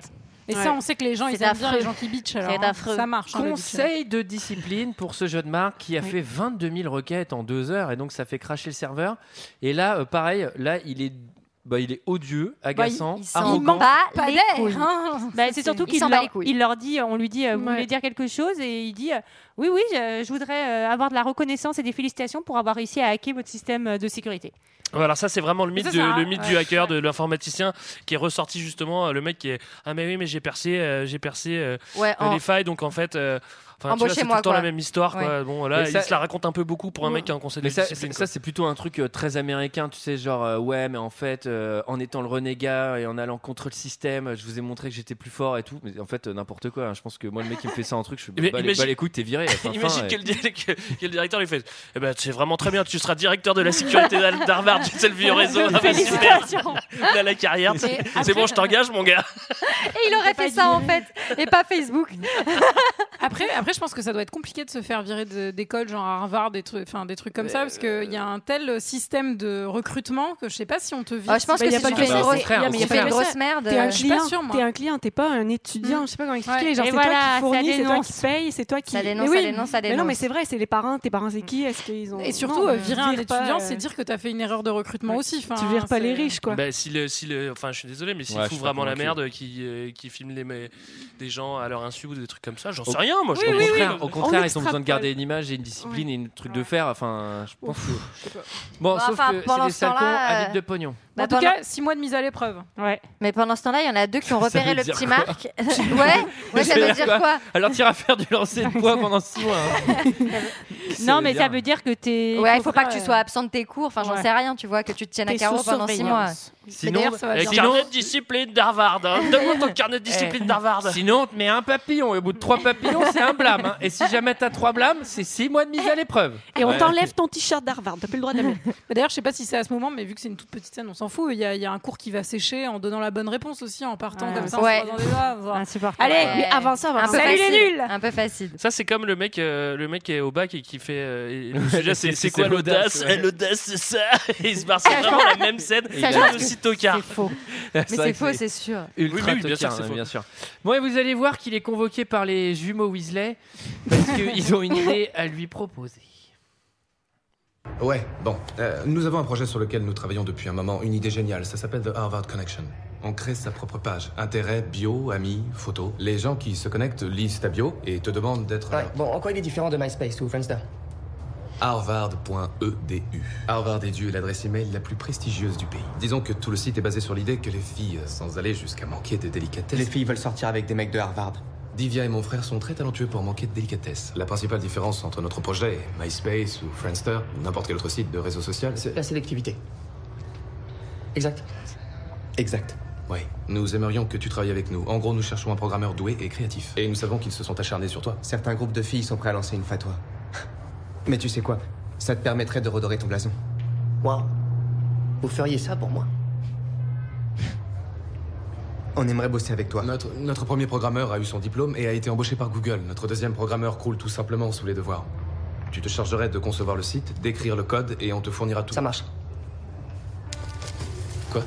Et Ouais. ça, on sait que les gens, C'est ils aiment bien affreux. les gens qui bitchent. Alors, C'est hein, affreux. ça marche. hein, le bitch. Conseil de discipline pour ce jeune Marc qui a Oui. fait vingt-deux mille requêtes en deux heures et donc ça fait cracher le serveur. Et là, euh, pareil, là, il est, bah, il est odieux, agaçant, il s'en arrogant. bat Pas les d'air, couilles. hein. Bah, c'est surtout il qu'il s'en bat leur, les couilles. il leur dit, on lui dit, euh, vous Ouais. voulez dire quelque chose et il dit, euh, oui, oui, je, je voudrais euh, avoir de la reconnaissance et des félicitations pour avoir réussi à hacker votre système euh, de sécurité. Voilà, ça c'est vraiment le mythe, ça, de- ça, le hein, mythe ouais. du hacker, de l'informaticien qui est ressorti justement, euh, le mec qui est ah mais oui mais j'ai percé, euh, j'ai percé euh, Ouais, euh, en- les failles donc en fait, euh, enfin tu vois, c'est tout Embauchez-moi, le temps quoi. la même histoire quoi. Ouais. Bon là Mais il ça- se la raconte un peu beaucoup pour un mec qui a un conseil de Mais ça, discipline. ça, quoi. c'est plutôt un truc euh, très américain, tu sais, genre euh, ouais, mais en fait, euh, en étant le renégat et en allant contre le système, je vous ai montré que j'étais plus fort et tout. Mais en fait, euh, n'importe quoi. hein. Je pense que moi, le mec qui me fait ça en truc, je fais Mais bah, les, imagine- bah, les couilles, t'es viré. Fin, fin, Imagine et- quel, di- que- quel directeur lui fait eh ben c'est vraiment très bien, tu seras directeur de la sécurité d'Al- d'Harvard, tu sais le vieux réseau. Ah, bah, super. Là, la carrière, Mais c'est après- c'est bon, je t'engage mon gars. Et il aurait fait ça en fait, et pas Facebook. Après, après, je pense que ça doit être compliqué de se faire virer de- d'école, genre à Harvard, des trucs, enfin des trucs comme ça, parce qu'il y a un tel système de recrutement que je sais pas si on te vire. Ah, je pense si que tu si fais tu une fais une grosse- grosse, il y a- mais il y a tu pas fais que une ça. grosse merde. T'es un euh, je suis pas client, sûre, moi. t'es un client, t'es pas un étudiant, je sais pas comment expliquer. Ouais. Genre, Et c'est voilà, toi ça qui fournis, c'est toi dénonce. qui paye, c'est toi qui. Ça dénonce, Mais ça oui. dénonce, ça Mais non, dénonce. mais c'est vrai, c'est les parents. Tes parents, c'est qui? Est-ce qu'ils ont. Et surtout, Non, euh, mais virer un vire pas, étudiant, euh, c'est dire que t'as fait une erreur de recrutement aussi. Enfin, Tu vires pas c'est- les riches, quoi. Bah, si le, si le, enfin, je suis désolé, mais s'il Ouais, je fout suis pas vraiment la convaincu. merde, qui, euh, qui filme les, mais, des gens à leur insu ou des trucs comme ça, j'en Au- sais rien, moi. je au m'en contraire, fous. au contraire, ils ont besoin extrapole. de garder une image et une discipline et une truc de faire. Enfin, je pense que. Je sais pas. Bon, Bah, sauf enfin, que c'est pendant des ce sales cons temps-là, avides euh, de pognon. En Bah, tout pendant- cas, six mois de mise à l'épreuve. Ouais. Mais pendant ce temps-là, il y en a deux qui ont Ça repéré veut le dire petit quoi Marc. ouais, ouais, ça veut dire quoi Alors, t'iras faire du lancer de poids pendant six mois. hein. Non, mais C'est ça bien. veut dire que t'es. Ouais, il faut pas faudra, que tu euh, sois absent de tes cours. Enfin, j'en Ouais. sais rien, tu vois, que tu te tiennes à T'es carreau sous pendant six mois. surveillance. Sinon, D'ailleurs, ça va Eh, bien. carnet de discipline d'Harvard. Hein. Donne-moi ton carnet de discipline Eh, d'Harvard. Sinon, on te met un papillon et au bout de trois papillons, c'est un blâme. hein. Et si jamais t'as trois blâmes, c'est six mois de mise à l'épreuve. Et on Ouais. t'enlève ton t-shirt d'Harvard. T'as plus le droit de le mettre. Bah, D'ailleurs, je sais pas si c'est à ce moment, mais vu que c'est une toute petite scène, on s'en fout. Il y, a- il y a un cours qui va sécher en donnant la bonne réponse aussi, en partant Ouais. comme ça, en Ouais. se croisant les doigts. Voilà. Insupportable. Allez, Ouais. Mais avant ça, Un avant peu ça. Salut les facile. nuls. Un peu facile. Ça, c'est comme le mec, euh, le mec qui est au bac et qui fait. euh, et le sujet, c'est C'est- c'est c'est quoi l'audace, l'audace ouais. Eh, L'audace, c'est ça. Et il se barre, c'est vraiment la même scène. Ça, je Et pense aussi tocard. C'est faux. Mais c'est faux, c'est sûr. Ultra Oui, oui, bien sûr, tocard, c'est hein, faux. bien sûr. Bon, et vous allez voir qu'il est convoqué par les jumeaux Weasley parce qu'ils ont une idée à lui proposer. Ouais, bon. Euh, nous avons un projet sur lequel nous travaillons depuis un moment, une idée géniale. Ça s'appelle The Harvard Connection. On crée sa propre page. Intérêt, bio, amis, photos. Les gens qui se connectent lisent ta bio et te demandent d'être Ouais, leur- bon, en quoi il est différent de MySpace ou Friendster? harvard point e d u. Harvard Edu est l'adresse email la plus prestigieuse du pays. Disons que tout le site est basé sur l'idée que les filles, sans aller jusqu'à manquer de délicatesse... Les filles veulent sortir avec des mecs de Harvard. Divya et mon frère sont très talentueux pour manquer de délicatesse. La principale différence entre notre projet et MySpace ou Friendster ou n'importe quel autre site de réseau social, c'est... La sélectivité. Exact. Exact. Oui, nous aimerions que tu travailles avec nous. En gros, nous cherchons un programmeur doué et créatif. Et nous savons qu'ils se sont acharnés sur toi. Certains groupes de filles sont prêts à lancer une fatwa. Mais tu sais quoi? Ça te permettrait de redorer ton blason. Wow. Vous feriez ça pour moi? On aimerait bosser avec toi. Notre, notre premier programmeur a eu son diplôme et a été embauché par Google. Notre deuxième programmeur croule tout simplement sous les devoirs. Tu te chargerais de concevoir le site, d'écrire le code et on te fournira tout. Ça marche. Quoi?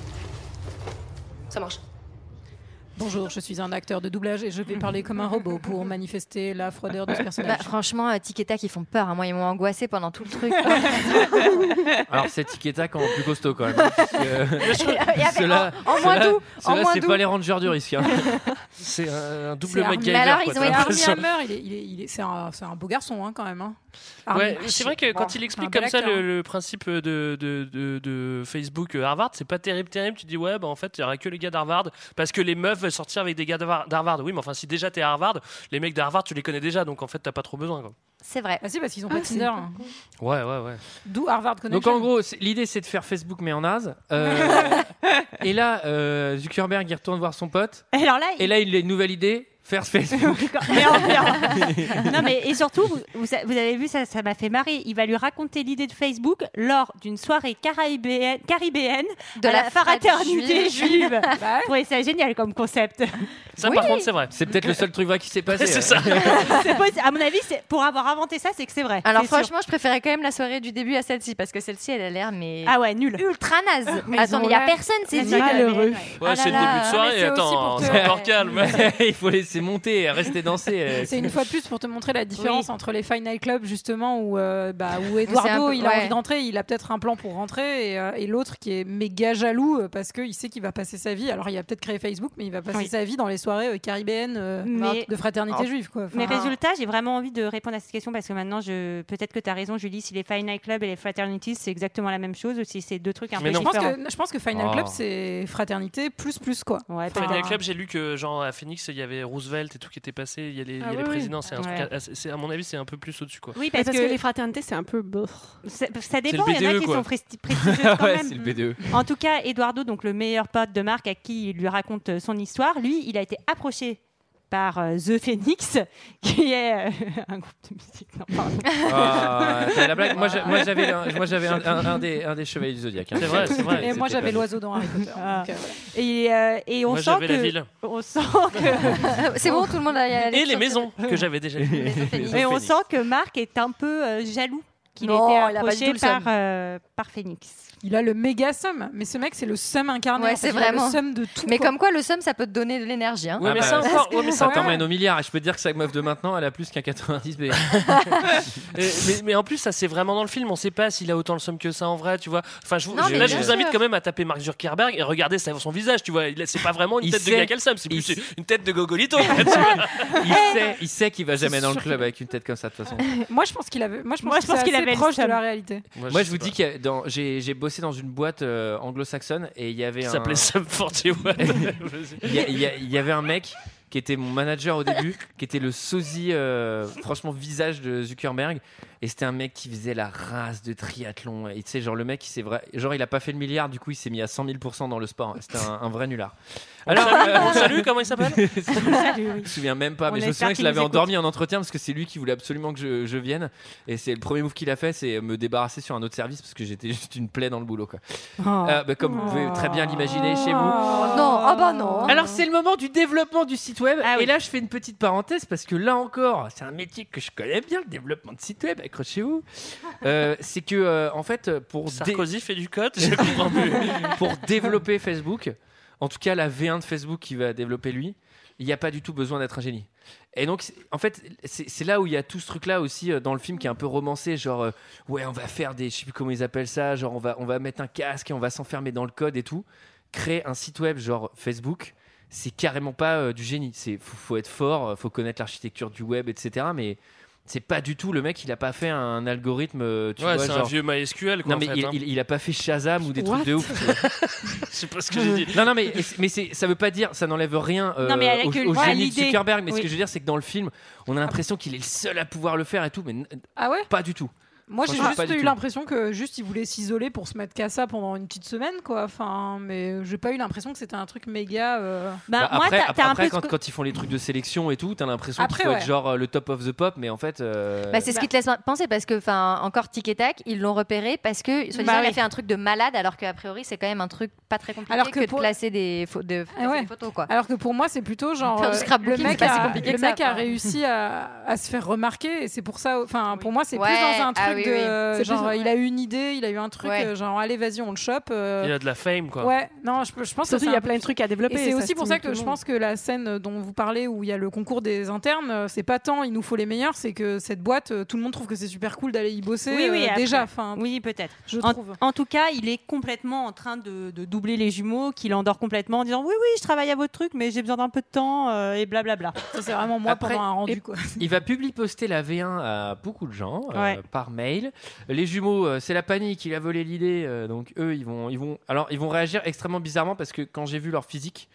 Ça marche. Bonjour, je suis un acteur de doublage et je vais parler comme un robot pour manifester la froideur de ce personnage. Bah, franchement, euh, Tic et Tac, ils font peur. hein. Moi, ils m'ont angoissé pendant tout le truc. Alors, c'est Tic et Tac en plus costaud quand même. hein, parce que- Et avec- Ceux-là, en- en moins ceux-là- doux, en ceux-là, moins c'est doux. pas les rangers du risque. hein. C'est un, un double C'est Armie- MacGyver. Mais alors, quoi, ils ont t'as été Armie l'impression. Hammer, il est, il est, il est, c'est un, c'est un beau garçon hein, quand même. Hein. Armie- Ouais, c'est vrai que quand Bon, il c'est explique un bel comme ça acteur, le, hein. le principe de, de, de, de Facebook euh, Harvard, c'est pas terrible, terrible. Tu dis ouais, bah en fait, il y aura que les gars d'Harvard parce que les meufs veulent sortir avec des gars d'Harvard. d'Harvard. Oui, mais enfin, si déjà t'es à Harvard, les mecs d'Harvard, tu les connais déjà, donc en fait, t'as pas trop besoin. Quoi. C'est vrai. Ah si, parce qu'ils ont Ah, pas c'est Tinder. pas hein. Ouais, ouais, ouais. D'où Harvard Connection. Donc en gros, c'est- l'idée c'est de faire Facebook mais en naze. Euh, et là, euh, Zuckerberg il retourne voir son pote. Et alors là, Et là, il a une nouvelle idée. Faire Facebook. Mais en- mais en- non mais et surtout vous, vous a- vous avez vu ça, ça m'a fait marrer. Il va lui raconter l'idée de Facebook lors d'une soirée caribéenne, caribéenne De à la la fraternité fraternité juive. juive. Bah ouais. Je trouvais ça génial comme concept. Ça, par contre, c'est vrai. C'est peut-être le seul truc vrai qui s'est passé. C'est euh. ça. C'est possible. À mon avis, c'est pour avoir inventé ça, c'est que c'est vrai. Alors C'est sûr. franchement, je préférais quand même la soirée du début à celle-ci parce que celle-ci, elle a l'air mais Ah ouais, nul. ultra naze. Mais Attends, ils mais ont il y a l'air- personne, c'est Mais vide. malheureux. Ouais, Ah c'est là le début là. de mais soirée. c'est aussi Attends, pour te- c'est encore calme. Il faut laisser monter et rester danser. euh, C'est une fois de plus pour te montrer la différence Oui. entre les Final Club justement où, euh, bah, où c'est un Eduardo peu- il a ouais. envie d'entrer, il a peut-être un plan pour rentrer et, euh, et l'autre qui est méga jaloux euh, parce qu'il sait qu'il va passer sa vie. Alors il a peut-être créé Facebook mais il va passer Oui. sa vie dans les soirées euh, caribéennes euh, Mais- de fraternité juive quoi. Enfin, Mais résultat, j'ai vraiment envie de répondre à cette question parce que maintenant, je... peut-être que tu as raison, Julie, si les Final Club et les fraternities, c'est exactement la même chose ou si c'est deux trucs un Mais peu non. je pense différents. que je pense que Final Oh. Club c'est fraternité plus plus quoi. Ouais, Enfin, Final Club, j'ai lu que genre à Phoenix, il y avait Roosevelt et tout qui était passé. Il y a les, il y a Ah les oui, oui. présidents. C'est un Ouais. truc. à- c'est- à mon avis, c'est un peu plus au-dessus, quoi. Oui, Parce, parce, que... que, les fraternités, c'est un peu. bof. ça, ça le dépend. Il y en a B D E, qui quoi. sont presti- prestigieuses quand ouais, même. c'est le B D E. En tout cas, Eduardo, donc le meilleur pote de Marc à qui il lui raconte euh, son histoire, lui, il a été approché par euh, The Phoenix, qui est euh, un groupe de musique. Non, pardon. Ah, t'as la blague. Moi, j'a- moi, j'avais, un, moi, j'avais un, un- un des, un des chevaliers du Zodiac. hein. C'est vrai, c'est vrai. Et moi C'était j'avais pas- l'oiseau dans Harry Potter. Ah. donc, euh, voilà. Et, euh, et on Moi, sent j'avais que la ville. on sent que C'est bon, tout le monde a Et les maisons que j'avais déjà vues. mais on sent que Marc est un peu euh, jaloux qu'il ait Non, été il a pas du approché tout le par seum. euh, par Phoenix. Il a le méga seum, mais ce mec c'est le seum incarné. Ouais, en fait. c'est Il a vraiment. le seum de tout. Mais quoi. comme quoi, le somme, ça peut te donner de l'énergie. Hein. Ouais, Ah mais bah, ça encore. Ouais, mais ça Ça encore. t'emmène au milliard et je peux te dire que sa meuf de maintenant elle a plus qu'un quatre-vingt-dix B. Et- mais, mais en plus, ça c'est vraiment dans le film. On sait pas s'il a autant le somme que ça en vrai, tu vois. Enfin, je vous- Non, je- mais là, bien je vous sûr. invite quand même à taper Mark Zuckerberg et regarder sa- son visage, tu vois. Il- C'est pas vraiment une Il tête sait- de gars qui a le somme, c'est il plus sait- une tête de Gogolito. en fait, tu vois. Il sait, il sait qu'il va jamais dans le sûr club qu'il- avec une tête comme ça de toute façon. Moi je pense qu'il avait. Moi je pense, Moi, que je pense c'est qu'il assez avait le proche de seum. la réalité. Moi, Moi, sais je vous pas. dis que dans- j'ai, j'ai bossé dans une boîte euh, anglo-saxonne et il y avait Qui un. s'appelait Sum quarante et un. Il y, a- il y a- il y avait un mec qui était mon manager au début, qui était le sosie, euh, franchement, visage de Zuckerberg. Et c'était un mec qui faisait la race de triathlon. Et tu sais, genre, le mec, il s'est vrai... genre, il a pas fait le milliard, du coup, il s'est mis à cent mille pour cent dans le sport. C'était un, un vrai nulard. Alors, euh, on le salue, comment il s'appelle Je me souviens même pas, On mais je me espère souviens que je qu'il l'avais nous endormi en entretien parce que c'est lui qui voulait absolument que je, je vienne. Et c'est le premier move qu'il a fait, c'est me débarrasser sur un autre service parce que j'étais juste une plaie dans le boulot, quoi. Oh. Euh, bah, comme vous pouvez très bien l'imaginer chez vous. Oh non, oh bah non. Alors c'est le moment du développement du site web Ah oui. et là je fais une petite parenthèse parce que là encore c'est un métier que je connais bien, le développement de site web, accrochez-vous. Euh, c'est que euh, en fait pour, dé- Sarkozy fait du code, je comprends plus. pour développer Facebook, en tout cas la V un de Facebook qui va développer lui, il n'y a pas du tout besoin d'être un génie. Et donc, c'est- en fait, c'est c'est là où il y a tout ce truc-là aussi euh, dans le film qui est un peu romancé, genre euh, ouais, on va faire des, je sais plus comment ils appellent ça, genre on va, on va mettre un casque et on va s'enfermer dans le code et tout. Créer un site web genre Facebook, c'est carrément pas euh, du génie. C'est faut, faut être fort, euh, faut connaître l'architecture du web, et cetera. Mais c'est pas du tout le mec, il a pas fait un algorithme, euh, tu Ouais, vois, c'est un genre. vieux MySQL, quoi. Non mais en fait, il, hein. il, il a pas fait Shazam ou des What trucs de ouf. tu vois. Je sais pas ce que j'ai dit. Non, non, mais, mais c'est, ça veut pas dire, ça n'enlève rien euh, Non, mais avec au, le- au ouais, génie de l'idée. Zuckerberg. Mais Oui. ce que je veux dire, c'est que dans le film, on a l'impression qu'il est le seul à pouvoir le faire et tout, mais n- Ah ouais. pas du tout. Moi j'ai Franchement, pas juste du eu tout. l'impression que juste il voulait s'isoler pour se mettre qu'à ça pendant une petite semaine quoi. Enfin mais j'ai pas eu l'impression que c'était un truc méga. euh, Bah, Bah, moi, après, t'as- après, t'as un après, peu quand, ce que- quand ils font les trucs de sélection et tout, t'as l'impression Après, qu'il faut ouais. être genre euh, le top of the pop, mais en fait. euh, Bah, c'est ce qui te laisse penser parce que, enfin, encore Tic et Tac, ils l'ont repéré parce que, soi-disant, Bah il a oui. fait un truc de malade alors qu'a priori, c'est quand même un truc pas très compliqué Alors que que, pour- de placer des, pho- de Ah placer ouais. des photos, quoi. Alors que pour moi, c'est plutôt genre Faire du euh, le scrapbooking, mec, c'est pas si a, compliqué le que ça, mec a enfin. réussi à, à se faire remarquer et c'est pour ça. Enfin, pour moi, c'est Ouais, plus dans un ah truc oui, de oui. c'est genre plus- il a eu une idée, il a eu un truc Ouais. euh, genre allez vas-y on le chope. euh, Il a de la fame, quoi. Ouais, non, je, je pense que Surtout, c'est il y a un plein de trucs à développer. Et c'est ça aussi pour ça stimule que tout je le pense que la scène dont vous parlez où il y a le concours des internes, euh, c'est pas tant il nous faut les meilleurs, c'est que cette boîte, euh, tout le monde trouve que c'est super cool d'aller y bosser. Oui, oui, euh, après. déjà, enfin, Oui, peut-être. je En, trouve. en tout cas, il est complètement en train de, de doubler les jumeaux, qu'il endort complètement en disant oui, oui, je travaille à votre truc, mais j'ai besoin d'un peu de temps euh, et blablabla. Ça, c'est vraiment moi Après- pendant un rendu et- quoi. Il va publier poster la V un à beaucoup de gens euh, Ouais. par mail. Les jumeaux, euh, c'est la panique, il a volé l'idée, euh, donc eux, ils vont, ils vont, alors ils vont réagir extrêmement bizarrement parce que quand j'ai vu leur physique,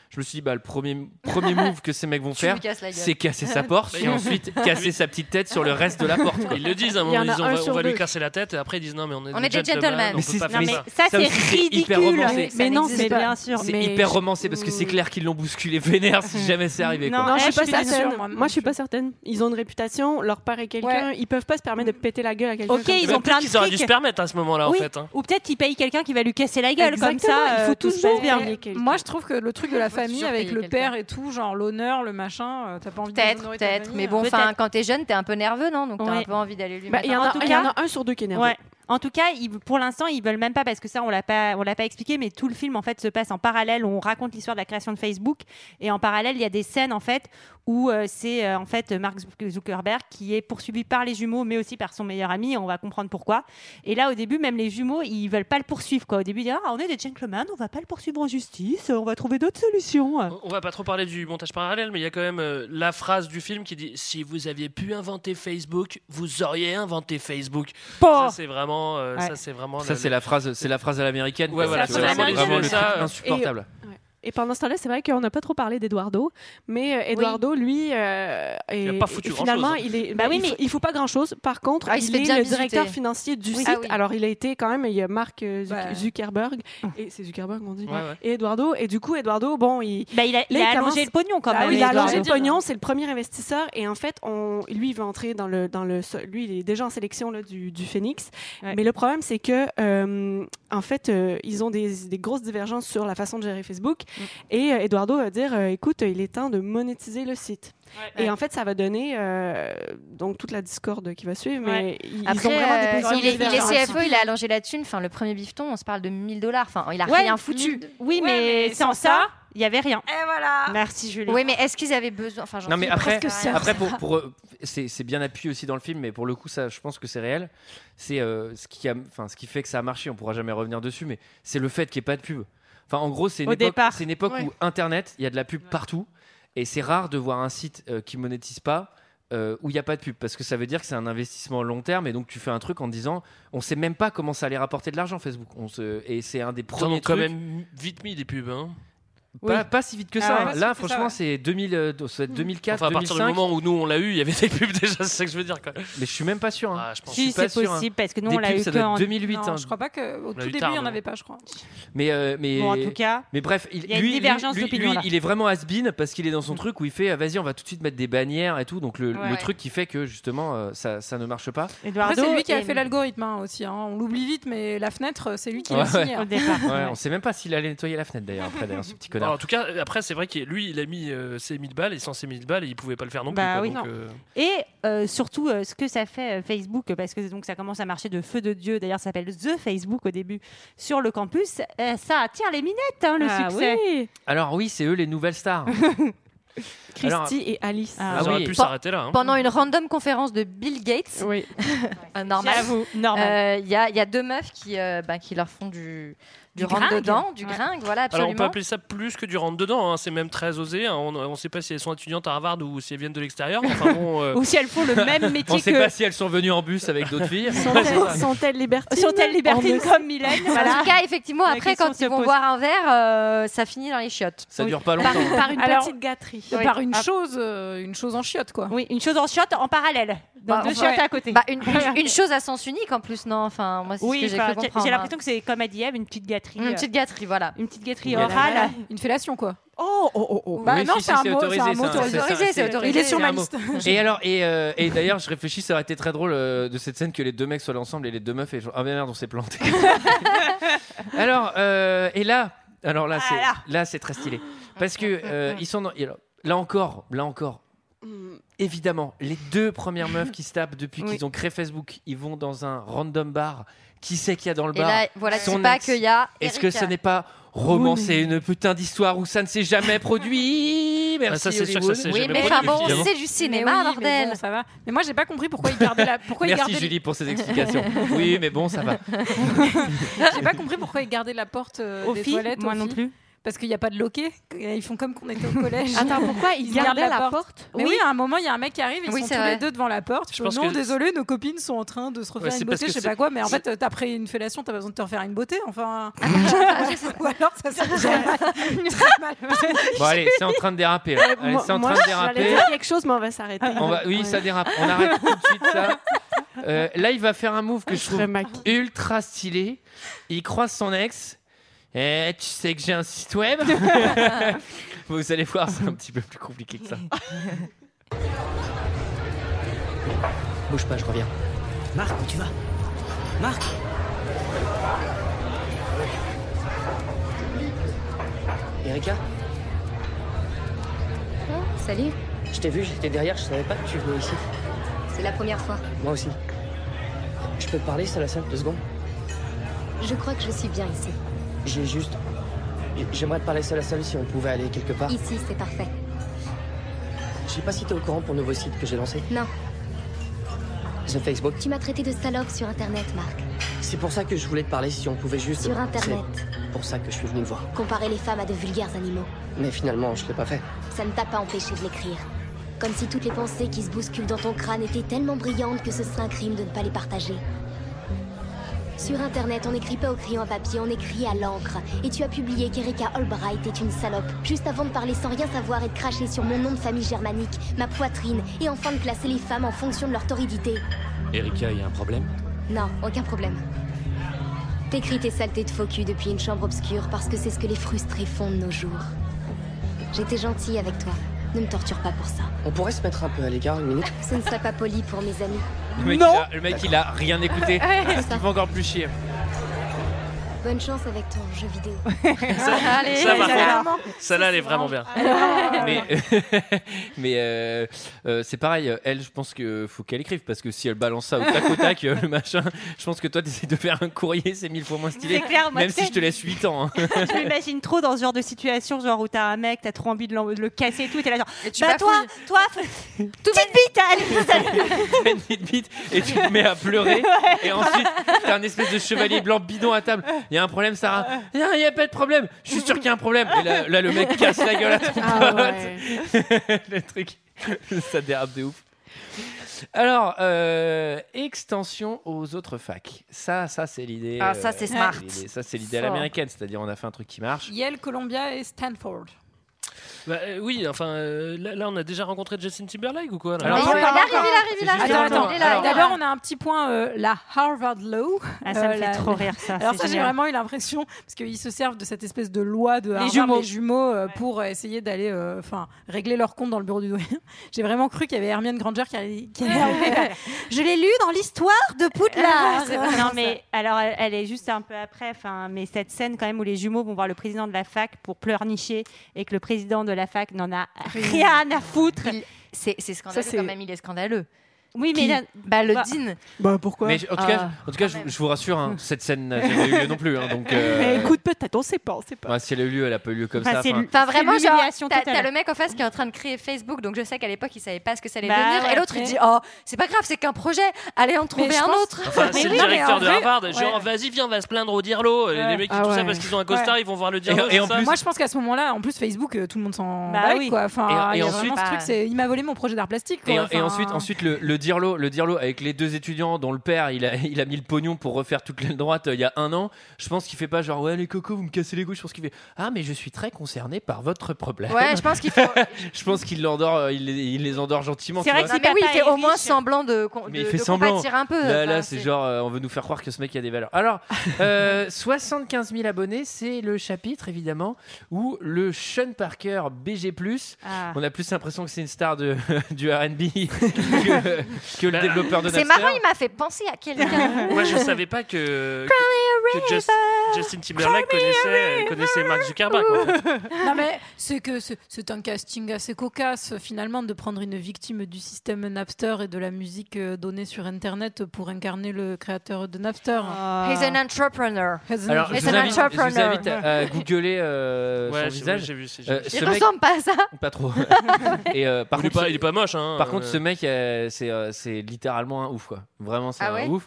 Je me suis dit, bah, le premier, premier move que ces mecs vont Tu faire, lui casses la gueule. c'est casser sa porte et ensuite casser sa petite tête sur le reste de la porte. Quoi. Ils le disent, à un moment, ils disent, on va, on va lui casser la tête et après ils disent non, mais on est, On des est des gentlemen. on Mais peut c'est- pas mais faire ça. Ça, Ça c'est aussi, c'est hyper ridicule. romancé. Mais non, n'existe c'est pas. bien sûr. C'est Mais hyper je- romancé parce que c'est clair qu'ils l'ont bousculé vénère si jamais c'est arrivé. Non, Quoi. Non, Eh, je suis je pas suis pas certaine. sûre, Moi, moi. je suis pas certaine. Ils ont une réputation, leur père est quelqu'un, Ouais. ils peuvent pas se permettre de péter la gueule à quelqu'un. Ok, comme ils ça. ont Même plein peut-être de qu'ils auraient dû fric. se permettre à ce moment-là, Oui. en fait. hein. Ou peut-être qu'ils payent quelqu'un qui va lui casser la gueule comme Exactement, ça. il faut euh, tout se toujours passe bien. payer quelqu'un. Moi, je trouve que le truc de la Faut famille toujours avec payer le quelqu'un. père et tout, genre l'honneur, le machin, euh, t'as pas envie de Peut-être, déshonorer ta peut-être. famille, Mais bon, euh. enfin, quand t'es jeune, t'es un peu nerveux, non? Donc t'as Ouais. un peu envie d'aller lui Bah, mettre il y en un a- coup. il y en a un sur deux qui est nerveux. Ouais. En tout cas, ils, pour l'instant, ils veulent même pas parce que ça, on l'a pas, on l'a pas expliqué, mais tout le film en fait se passe en parallèle. On raconte l'histoire de la création de Facebook et en parallèle, il y a des scènes en fait où euh, c'est euh, en fait Mark Zuckerberg qui est poursuivi par les jumeaux, mais aussi par son meilleur ami. Et on va comprendre pourquoi. Et là, au début, même les jumeaux, ils veulent pas le poursuivre. Quoi. Au début, ils disent ah, on est des gentlemen, on va pas le poursuivre en justice, on va trouver d'autres solutions. On va pas trop parler du montage parallèle, mais il y a quand même euh, la phrase du film qui dit si vous aviez pu inventer Facebook, vous auriez inventé Facebook. Pas. Ça c'est vraiment, euh, Ouais. ça c'est vraiment. Ça, le- c'est la phrase, c'est la phrase à l'américaine. Ouais, quoi. voilà, Tu c'est vois, la vraiment, américaine, vraiment le ça, truc euh, insupportable. Et pendant ce temps-là, c'est vrai qu'on n'a pas trop parlé d'Eduardo, mais euh, Eduardo, lui, euh, est- Il a pas foutu et finalement, grand-chose, hein. il est. Bah bah oui, il, faut, il faut pas grand-chose. Par contre, Ah, il se il, fait est bien le visiter. directeur financier du Oui. site. Ah oui. Alors, il a été quand même. Il y a Mark euh, Zuc- Bah. Zuckerberg et c'est Zuckerberg, on dit. Ouais, ouais. Et Eduardo. Et du coup, Eduardo, bon, il. Bah, il a, il Là, a il allongé commence- le pognon quand Ah même. oui, il a Eduardo. allongé le pognon, c'est le premier investisseur et en fait, on, lui, il veut entrer dans le, dans le, lui, il est déjà en sélection là, du, du Phoenix. Ouais. Mais le problème, c'est que, euh, en fait, euh, ils ont des, des grosses divergences sur la façon de gérer Facebook. Mm. Et euh, Eduardo va dire, euh, écoute, il est temps de monétiser le site. Ouais. Et en fait, ça va donner euh, donc toute la discorde qui va suivre. Mais Ouais. ils, ils Après, ont vraiment des euh, positions il, est, il est divergentes. C F O, il a allongé la thune. Enfin, le premier bifton, on se parle de mille dollars. Enfin, il a Ouais, rien foutu. Oui, Ouais, mais, mais sans sans ça, il y avait rien. Et voilà. Merci Julie. Oui, mais est-ce qu'ils avaient besoin? Enfin, j'en Non mais sais après, presque rien. après pour, pour euh, c'est, c'est bien appuyé aussi dans le film, mais pour le coup ça, je pense que c'est réel. C'est euh, ce qui a, enfin ce qui fait que ça a marché. On pourra jamais revenir dessus, mais c'est le fait qu'il n'y ait pas de pub. Enfin en gros c'est une Au époque, départ. c'est une époque Ouais. où Internet, il y a de la pub partout, et c'est rare de voir un site euh, qui monétise pas. Euh, où il n'y a pas de pub, parce que ça veut dire que c'est un investissement long terme, et donc tu fais un truc en te disant on sait même pas comment ça allait rapporter de l'argent Facebook. On se... Et c'est un des Ils en premiers ont quand trucs. même vite mis des pubs. Hein. Pas, Oui. pas si vite que Ah ça. ouais, hein. pas si Là vite que ça, franchement ouais. c'est deux mille, euh, ça doit être deux mille quatre, Enfin, à partir deux mille du cinq. moment où nous on l'a eu, il y avait des pubs déjà, c'est ça que je veux dire. Quoi. Mais je suis même pas sûr. Hein. Ah, je pense. Si, Je suis pas c'est sûr, hein. possible, parce que nous, Des on l'a pubs, eu ça que doit être en- deux mille huit. Non, hein. je crois pas qu'au l'a tout eu début, tard, il n'y en nous. avait pas, je crois. Mais, euh, mais, Bon, en tout cas, mais bref, il, il y a une lui, divergence lui, d'opinion, lui, là. il est vraiment has-been parce qu'il est dans son truc où il fait ah, vas-y, on va tout de suite mettre des bannières et tout. Donc le, Ouais. le truc qui fait que justement euh, ça, ça ne marche pas. Après, Eduardo c'est lui qui a est- fait l'algorithme hein, aussi. hein. On l'oublie vite, mais la fenêtre, c'est lui qui Ouais, l'a signé. ouais. hein. au départ. Ouais, on sait même pas s'il allait nettoyer la fenêtre d'ailleurs après d'ailleurs ce petit Alors, connard. en tout cas, après, c'est vrai que lui, il a mis euh, ses mille balles et sans ses mille balles, il pouvait pas le faire non plus. Bah quoi, oui. donc, Non. euh, Et euh, surtout, euh, ce que ça fait euh, Facebook, parce que donc ça commence à marcher de feu de Dieu. D'ailleurs, ça s'appelle The Facebook au début sur le campus. Euh, ça attire les minettes, hein, le Ah succès. oui. Alors oui, c'est eux les nouvelles stars. Christy Alors- et Alice. Ah, ils oui. auraient pu Pen- s'arrêter là. hein. Pendant une random conférence de Bill Gates, Oui. euh, normal, J'avoue, normal. euh, il y, a, il y a deux meufs qui, euh, bah, qui leur font du, du, Du rentre gringue. dedans, du Ouais. gringue, voilà, Alors on peut absolument. appeler ça plus que du rentre dedans, hein. C'est même très osé. hein. On ne sait pas si elles sont étudiantes à Harvard ou si elles viennent de l'extérieur. Enfin bon, euh, Ou si elles font le même métier On sait que. pas si elles sont venues en bus avec d'autres filles. Sont-elles sont-elles libertines Sont-elles libertines On ne- comme Mylène En Voilà. tout cas, effectivement, La après, question quand se ils vont pose. boire un verre, euh, ça finit dans les chiottes. Ça Oui. dure pas Par, longtemps. hein. par une Alors- petite gâterie. Oui. Par une Ah. chose, euh, une chose en chiotte, quoi. Oui, une chose en shot en parallèle. Donc Bah, deux enfin, shots à côté. Bah, une, une- une chose à sens unique en plus, non Enfin, moi, c'est oui, ce que j'ai enfin, cru j'ai comprendre. j'ai l'impression que c'est comme a dit Eve, une petite gâterie. Une euh, petite gâterie, voilà. Une petite gâterie Voilà. orale. Une fellation, quoi. Oh, oh, oh, oh. Bah Oui, non, si, c'est si, un c'est mot, autorisé, c'est un mot c'est un- autorisé. c'est- autorisé, c'est autorisé. Il est sur c'est ma un mot. liste. Et alors, et, euh, et d'ailleurs, je réfléchis, ça aurait été très drôle euh, de cette scène que les deux mecs soient là ensemble et les deux meufs et genre, ah merde, on s'est planté. alors, euh, et là, alors là, c'est Ah là. là, c'est très stylé parce que euh, ils sont dans- et alors, là encore, là encore. Évidemment, les deux premières meufs qui se tapent depuis Oui. qu'ils ont créé Facebook, ils vont dans un random bar. Qui c'est qu'il y a dans le Et bar là, voilà, Son c'est pas ex. qu'il y a. Est-ce que Erika. ce n'est pas romancé, une putain d'histoire où ça ne s'est jamais produit Merci Ah, ça, c'est sûr que Hollywood. ça, c'est Oui, jamais mais produit, enfin bon, évidemment. c'est du cinéma, Mais oui, mais bordel. bon, ça va. Mais moi, j'ai pas compris pourquoi ils gardaient la. Pourquoi ils Merci gardaient. Julie pour ces explications. Oui, mais bon, ça va. J'ai pas compris pourquoi ils gardaient la porte euh, Aux des filles, toilettes. moi aux non filles. plus. parce qu'il n'y a pas de loquet. Ils font comme qu'on était au collège. Attends, pourquoi ils, ils gardaient la, la porte, porte Mais oui. oui, à un moment, il y a un mec qui arrive, ils oui, sont tous vrai. les deux devant la porte. Je non, que... désolé, nos copines sont en train de se refaire ouais, une beauté, je sais pas quoi, mais en fait, t'as pris une fellation, t'as besoin de te refaire une beauté. Enfin. Ou alors, ça s'est mal. Bon, allez, c'est en train de déraper. Là. Allez, moi, c'est en train moi, de déraper. J'allais dire quelque chose, mais on va s'arrêter. On va... Oui, ça dérape. On arrête tout de suite ça. Euh, là, il va faire un move que je trouve ultra stylé. Il croise son ex. Eh, tu sais que j'ai un site web. Vous allez voir, c'est un petit peu plus compliqué que ça. Bouge pas, je reviens. Marc, où tu vas? Marc. Erika? Oh, salut. Je t'ai vu, j'étais derrière, je savais pas que tu venais ici. C'est la première fois. Moi aussi. Je peux te parler, c'est la salle, deux secondes? Je crois que je suis bien ici. J'ai juste... J'aimerais te parler seul à seul si on pouvait aller quelque part. Ici, c'est parfait. Je sais pas si t'es au courant pour le nouveau site que j'ai lancé. Non. The Facebook. Tu m'as traité de salope sur Internet, Marc. C'est pour ça que je voulais te parler si on pouvait juste... Sur Internet. C'est pour ça que je suis venu le voir. Comparer les femmes à de vulgaires animaux. Mais finalement, je l'ai pas fait. Ça ne t'a pas empêché de l'écrire. Comme si toutes les pensées qui se bousculent dans ton crâne étaient tellement brillantes que ce serait un crime de ne pas les partager. Sur Internet, on n'écrit pas au crayon à papier, on écrit à l'encre. Et tu as publié qu'Erika Albright est une salope, juste avant de parler sans rien savoir et de cracher sur mon nom de famille germanique, ma poitrine, et enfin de classer les femmes en fonction de leur torridité. Erika, il y a un problème? Non, aucun problème. T'écris tes saletés de faux cul depuis une chambre obscure parce que c'est ce que les frustrés font de nos jours. J'étais gentille avec toi. Ne me torture pas pour ça. On pourrait se mettre un peu à l'écart une minute? Ce ne serait pas poli pour mes amis. Le mec, non. il a, le mec il a rien écouté. Ce qui fait encore plus chier. Bonne chance avec ton jeu vidéo. ça, Allez, ça, par contre, ça là, elle est vraiment bien. mais mais euh, euh, c'est pareil, elle, je pense qu'il faut qu'elle écrive parce que si elle balance ça au tac au tac, le machin, je pense que toi, tu essaies de faire un courrier, c'est mille fois moins stylé. C'est clair, moi, même si je te laisse huit ans. Hein. Je m'imagine trop dans ce genre de situation, genre où t'as un mec, t'as trop envie de, de le casser et tout, et t'es là genre, et tu bah toi, toi, tout petite bite, allez. T'as une petite bite et tu te mets à pleurer. Ouais, et ensuite, t'as un espèce de chevalier blanc bidon à table. Il y a un problème, Sarah? Il n'y a pas de problème. Je suis sûr qu'il y a un problème. Et là, là le mec casse la gueule à ton ah, pote. Ouais. Le truc, ça dérape de ouf. Alors, euh, extension aux autres facs. Ça, ça c'est l'idée. Ah, ça, c'est smart. Euh, ça, c'est l'idée à l'américaine. C'est-à-dire, on a fait un truc qui marche. Yale, Columbia et Stanford. Bah, euh, oui, enfin, euh, là, là, on a déjà rencontré Justin Timberlake ou quoi là? Alors, il arrive, il arrive, il arrive. Attends, attends. D'abord, on a un petit point, euh, la Harvard Law. Ah, ça euh, me fait la... trop rire, ça. Alors ça, génial. j'ai vraiment eu l'impression, parce qu'ils se servent de cette espèce de loi de Harvard, les jumeaux, les jumeaux euh, ouais. pour essayer d'aller, enfin, euh, régler leur compte dans le bureau du doyen. J'ai vraiment cru qu'il y avait Hermione Granger qui allait, qui allait arriver. Je l'ai lu dans l'histoire de Poudlard. Non, mais alors, elle, elle est juste un peu après, enfin, mais cette scène quand même où les jumeaux vont voir le président de la fac pour pleurnicher et que le président de la fac n'en a rien à foutre. Il... C'est, c'est scandaleux ça, c'est... quand même, il est scandaleux. Oui, mais là... bah, le bah... Dean. Bah pourquoi? Mais en tout cas, ah, en tout cas, je, je vous rassure, hein, cette scène n'a jamais eu lieu non plus. Hein, donc. Euh... Mais écoute, peut-être, on sait pas, on sait pas. Ouais, si elle a eu lieu, elle a pas eu lieu comme enfin, ça. C'est enfin, enfin vraiment, genre, t'as, t'as le mec en face qui est en train de créer Facebook, donc je sais qu'à l'époque, il savait pas ce que ça allait bah, devenir, ouais, et l'autre mais... il dit, oh, c'est pas grave, c'est qu'un projet, allez en trouver un pense... autre. Enfin, c'est le directeur de Harvard, genre, vas-y, viens, on va se plaindre au Dirlo. Les mecs qui tout ça parce qu'ils ont un costard, ils vont voir le Dirlo. Et en plus, moi, je pense qu'à ce moment-là, en plus, Facebook, tout le monde s'en bat, quoi. Enfin, il y a vraiment ce truc, c'est, il m'a volé mon projet d'art plastique. Et ensuite, ensuite, le Dirlo, le Dirlo avec les deux étudiants dont le père il a, il a mis le pognon pour refaire toute l'aile droite euh, il y a un an, je pense qu'il fait pas genre ouais les cocos vous me cassez les couilles, je pense qu'il fait ah mais je suis très concerné par votre problème. Ouais, je pense qu'il faut je pense qu'il l'endort, il les, il les endort gentiment. C'est vrai que mais oui, il fait au moins semblant de, de, mais il fait de semblant. compatir un peu. Là, là c'est, c'est genre euh, on veut nous faire croire que ce mec a des valeurs. Alors euh, soixante-quinze mille abonnés, c'est le chapitre évidemment où le Sean Parker B G plus, ah. on a plus l'impression que c'est une star de, du R and B que, que le développeur de Napster. C'est marrant, il m'a fait penser à quelqu'un. Moi, je savais pas que, que, que Just, Justin Timberlake connaissait, connaissait Mark Zuckerberg. En fait. Non, mais c'est que c'est, c'est un casting assez cocasse, finalement, de prendre une victime du système Napster et de la musique donnée sur Internet pour incarner le créateur de Napster. Uh... He's an entrepreneur. He's Alors, He's je, vous an invite, entrepreneur. je vous invite à googler euh, ouais, son visage. J'ai vu, j'ai vu, euh, il ressemble mec... pas à ça. Pas trop. Et, euh, par il, contre, est pas, il est pas moche. Hein, par euh... contre, ce mec, euh, c'est, euh, c'est littéralement un ouf. Quoi. Vraiment, c'est ah un ouais ouf.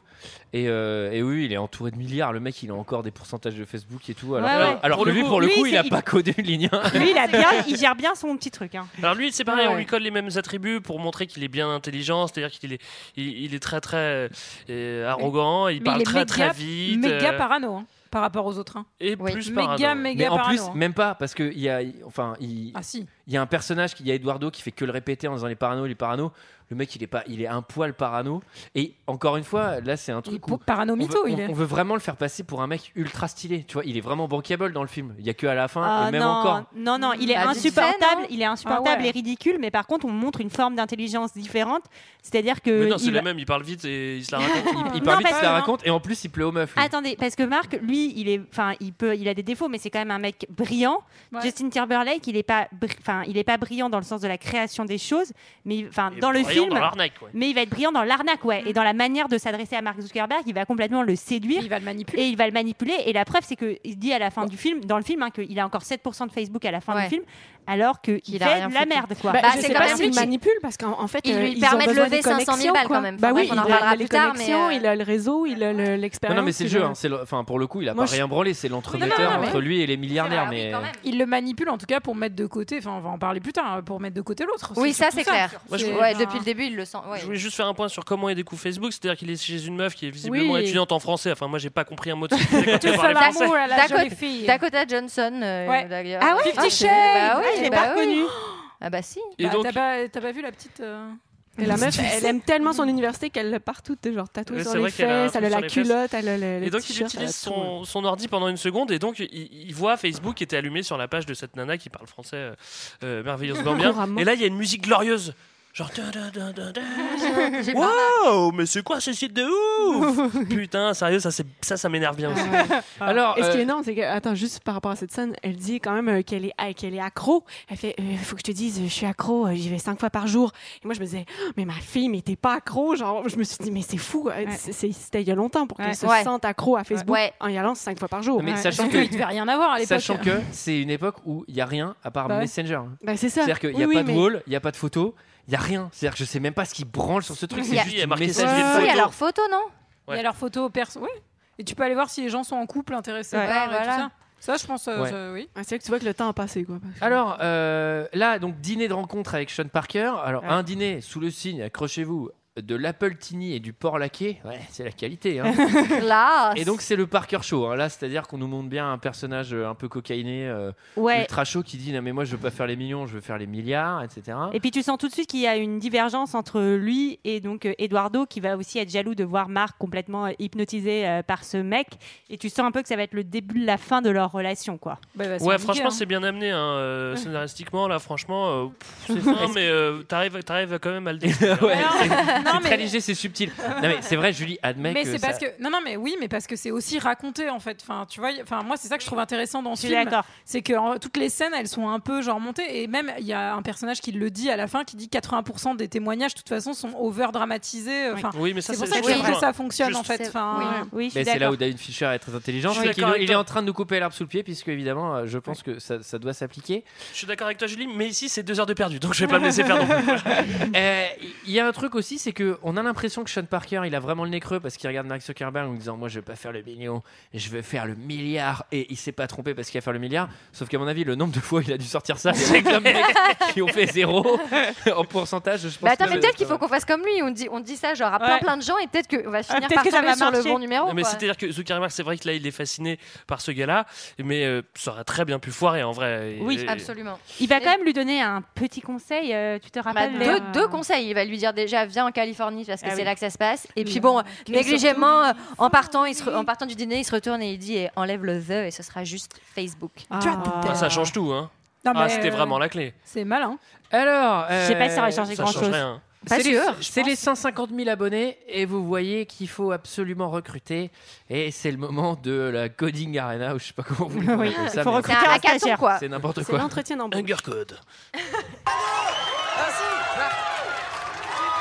Et, euh, et oui, il est entouré de milliards. Le mec, il a encore des pourcentages de Facebook et tout. Alors, Ouais, ouais. alors Pour que le lui, coup- pour le lui, coup, il c'est- a il- pas codé une ligne. Lui, il, a bien, il gère bien son petit truc. Hein. Alors lui, c'est pareil, Ouais, on lui ouais. colle les mêmes attributs pour montrer qu'il est bien intelligent, c'est-à-dire qu'il est, il, il est très très euh, arrogant, il Mais parle il est très méga, très vite. méga euh, parano hein, par rapport aux autres. hein. et Oui. plus Méga, parano. méga Mais en parano. plus, hein. même pas, parce que il y a, il- enfin, il, Ah si. il y a un personnage, qui- il y a Eduardo qui fait que le répéter en disant les parano, les parano. Le mec, il est pas, il est un poil parano. Et encore une fois, là, c'est un Il est truc po- où parano on veut, mytho, il on- est. on veut vraiment le faire passer pour un mec ultra stylé. Tu vois, il est vraiment bankable dans le film. Il y a que à la fin, Ah, et même non, encore. non, non, il est Bah, vite fait, insupportable. non Il est insupportable Ah ouais. et ridicule, mais par contre, on montre une forme d'intelligence différente. C'est-à-dire que. Mais non, c'est il le va- même, il parle vite et il se la raconte. Il, il Non, parle vite, parce il la que- raconte, et en plus, il plaît aux meufs. lui. Attendez, parce que Marc, lui, il est, enfin, il peut, il a des défauts, mais c'est quand même un mec brillant. Ouais. Justin Timberlake, il est pas, br- enfin, il est pas brillant dans le sens de la création des choses, mais enfin, Il est dans le brillant film. dans l'arnaque, ouais. Mais il va être brillant dans l'arnaque, ouais, et dans la manière de s'adresser à Mark Zuckerberg, il va complètement le séduire. Il va le manipuler. Et il va le manipuler. Et la preuve, c'est qu'il dit à la fin du film, dans le film, hein, qu'il a encore sept pour cent de Facebook à la fin Ouais. du film, alors qu'il Qu'il fait a rien de la foutu. merde, quoi. Bah, Bah, je c'est sais quand pas même s'il lui qui- manipule parce qu'en en fait Il euh, lui ils permet ont de besoin lever des cinq cent mille connexions, balles, quoi. quand même. Bah Enfin, oui, bref, on en il a parlera les plus tard, connexions, mais, euh, il a le réseau, il a le- Non, l'expérience. non, mais c'est le il jeu. a- Hein, c'est le- enfin, pour le coup, il a Moi, pas je- rien branlé. C'est l'entremetteur Non, non, non, mais- entre lui et les milliardaires. C'est vrai, oui, mais quand même. Il le manipule en tout cas pour mettre de côté, enfin on va en parler plus tard, hein, pour mettre de côté l'autre. Oui, ça surtout c'est clair. Moi, je- C'est- Ouais, enfin, depuis le début, il le sent. Ouais. Je voulais juste faire un point sur comment il découvre Facebook, c'est-à-dire qu'il est chez une meuf qui est visiblement Oui. étudiante en français. Enfin, moi, j'ai pas compris un mot de ce qu'il disait quand Tu il fais parlait français. l'amour à la Dakota- jolie fille. Dakota Johnson, euh, Ouais. d'ailleurs. Ah ouais, Ah, Fifty c'est- Shades. Bah oui, Ah, je l'ai bah pas oui. reconnue. Ah bah si. Et Bah, donc, t'as pas, t'as pas vu la petite. euh, Et la meuf, elle aime tellement son université qu'elle l'a partout, genre tatouée Ouais, sur c'est les vrai qu'elle a un fesses, elle a truc la sur les fesses. culotte, elle a le, le Et donc il t-shirt, elle a utilise tout. son, son ordi pendant une seconde et donc il, il voit Facebook qui était allumé sur la page de cette nana qui parle français euh, euh, merveilleusement bien. Couramment. Et là il y a une musique glorieuse. Genre. da, da, da, da, da. J'ai pas- Wow, mais c'est quoi ce site de ouf. Putain, sérieux, ça, c'est- ça, ça m'énerve bien aussi. Alors, Et ce qui euh, est énorme, c'est que, attends, juste par rapport à cette scène, elle dit quand même euh, qu'elle est, ah, qu'elle est accro. Elle fait, il faut que je te dise, je suis accro, euh, j'y vais cinq fois par jour. Et moi, je me disais, oh, mais ma fille, mais t'es pas accro. Genre, je me suis dit, mais c'est fou. euh, c'est- c'est- C'était il y a longtemps pour qu'elle Ouais. se Ouais. sente accro à Facebook Ouais. en y allant cinq fois par jour. mais Ouais. sachant Surtout, que, il devait rien avoir à l'époque. sachant que c'est une époque où il y a rien à part Bah ouais. Messenger. Bah, c'est ça. C'est-à-dire qu'il n'y Oui, a oui, pas de mais- wall, il n'y a pas de photo, il n'y a rien. C'est-à-dire que je sais même pas ce qui branle sur ce truc. Il C'est y a- juste il y a une marqué messagerie ça. de Ouais. Si, il y a photos. leurs photos, non Il y a leurs photos perso. Oui. Et tu peux aller voir si les gens sont en couple, intéressés Ouais, par et voilà. tout ça. Ça, je pense, euh, Ouais. je- oui. Ah, c'est vrai que tu vois que le temps a passé, quoi. Alors euh, là, donc dîner de rencontre avec Sean Parker. Alors Ouais. un dîner sous le signe, accrochez-vous, de l'Apple Tini et du porc laqué. Ouais, c'est la qualité. Hein. Là. Et donc c'est le Parker Show. Hein. Là, c'est-à-dire qu'on nous montre bien un personnage euh, un peu cocaïné, euh, Ouais. ultra chaud, qui dit non mais moi je veux pas faire les millions, je veux faire les milliards, et cetera. Et puis tu sens tout de suite qu'il y a une divergence entre lui et donc euh, Eduardo qui va aussi être jaloux de voir Marc complètement euh, hypnotisé euh, par ce mec. Et tu sens un peu que ça va être le début de la fin de leur relation, quoi. Bah, bah, c'est Ouais, indiqué, franchement, hein. c'est bien amené hein, euh, scénaristiquement. Là, franchement, euh, pff, c'est fin, mais euh, t'arrives, t'arrives quand même à le découvrir. Ouais, Alors, c'est non, c'est très mais- léger, c'est subtil. Non mais c'est vrai, Julie admet Mais que c'est ça- parce que non non mais oui mais parce que c'est aussi raconté en fait. Enfin tu vois, y- enfin moi c'est ça que je trouve intéressant dans Je ce suis film. d'accord. C'est que en- toutes les scènes elles sont un peu genre montées et même il y a un personnage qui le dit à la fin qui dit quatre-vingts pour cent des témoignages de toute façon sont over dramatisés. Enfin Oui, mais ça, c'est pour c'est- ça que je je trouve suis que ça d'accord. fonctionne Juste- en fait. C'est- Enfin oui. euh, Oui, je suis Mais c'est là d'accord. où David Fisher est très intelligent. Je suis C'est qu'il d'accord avec il est toi. en train de nous couper l'herbe sous le pied, puisque évidemment, euh, je pense que ça, ça doit s'appliquer. Je suis d'accord avec toi, Julie, mais ici, c'est deux heures de perdu, donc je vais pas me laisser faire non plus. Euh, Il y a un truc aussi, c'est que on a l'impression que Sean Parker, il a vraiment le nez creux parce qu'il regarde Mark Zuckerberg en lui disant moi je vais pas faire le million, je vais faire le milliard, et il s'est pas trompé parce qu'il va faire le milliard. Sauf qu'à mon avis, le nombre de fois il a dû sortir ça, c'est plein de mecs qui ont fait zéro en pourcentage. Je pense Bah attends, que mais c'est- peut-être qu'il faut qu'on fasse comme lui. On dit, on dit ça genre à plein Ouais. plein de gens et peut-être qu'on va finir peut-être par que ça tomber va sur le marcher. bon numéro. Non, mais quoi. c'est-à-dire que Zuckerberg, c'est vrai que là, il est fasciné par ce gars-là, mais euh, ça aurait très bien pu foirer en vrai. Et- Oui, et- Absolument. Il va quand même lui donner un petit conseil. euh, tu te Bah, rappelles deux, Léa deux conseils. Il va lui dire déjà viens en Californie parce que Ah c'est oui. là que ça se passe. Et puis Oui. bon, Et négligemment, surtout, euh, en partant, il se re- en partant du dîner, il se retourne et il dit eh, enlève le the et ce sera juste Facebook. Tu vois, Ah, ça change tout, hein. non, Ah, mais, c'était euh, vraiment la clé. C'est malin. Alors, Je sais pas si ça aurait euh, changé Ça grand change chose. rien. Pas c'est les, sûr, je c'est pense. les cent cinquante mille abonnés et vous voyez qu'il faut absolument recruter, et c'est le moment de la coding arena, ou je sais pas comment vous Oui, appelez ça, faut mais recruter C'est un un hackathon stagiaire. quoi. c'est n'importe C'est quoi. l'entretien d'embauche. Hunger Code.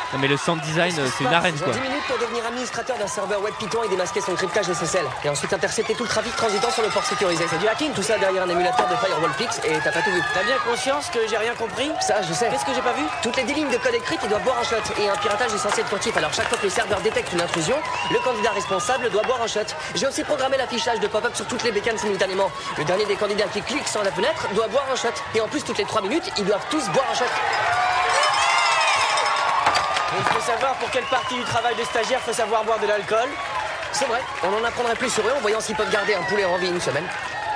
Non mais le sound design, euh, c'est une arène quoi. dix minutes pour devenir administrateur d'un serveur web Python et démasquer son cryptage S S L. Et ensuite intercepter tout le trafic transitant sur le port sécurisé. C'est du hacking tout ça derrière un émulateur de Firewall Pix et t'as pas tout vu. T'as bien conscience que j'ai rien compris? Ça, je sais. Qu'est-ce que j'ai pas vu? Toutes les dix lignes de code écrites, ils doivent boire un shot. Et un piratage est censé être furtif. Alors chaque fois que le serveur détecte une intrusion, le candidat responsable doit boire un shot. J'ai aussi programmé l'affichage de pop-up sur toutes les bécanes simultanément. Le dernier des candidats qui clique sur la fenêtre doit boire un shot. Et en plus, toutes les trois minutes, ils doivent tous boire un shot. Il faut savoir pour quelle partie du travail de stagiaire faut savoir boire de l'alcool. C'est vrai, on en apprendrait plus sur eux en voyant s'ils peuvent garder un poulet en vie une semaine.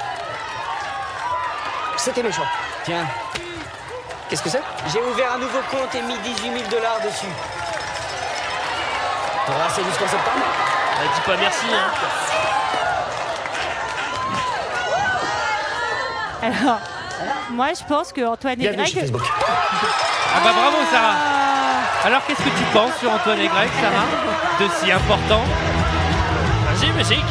C'était méchant. Tiens. Qu'est-ce que c'est? J'ai ouvert un nouveau compte et mis dix-huit mille dollars dessus. T'auras assez jusqu'en septembre? Elle dit pas merci, hein. Alors, moi je pense que Antoine et Bienvenue chez Greg. Facebook. Ah bah bravo Sarah. Alors qu'est-ce que tu penses sur Antoine et Greg, Sarah? De si important? Vas-y, musique.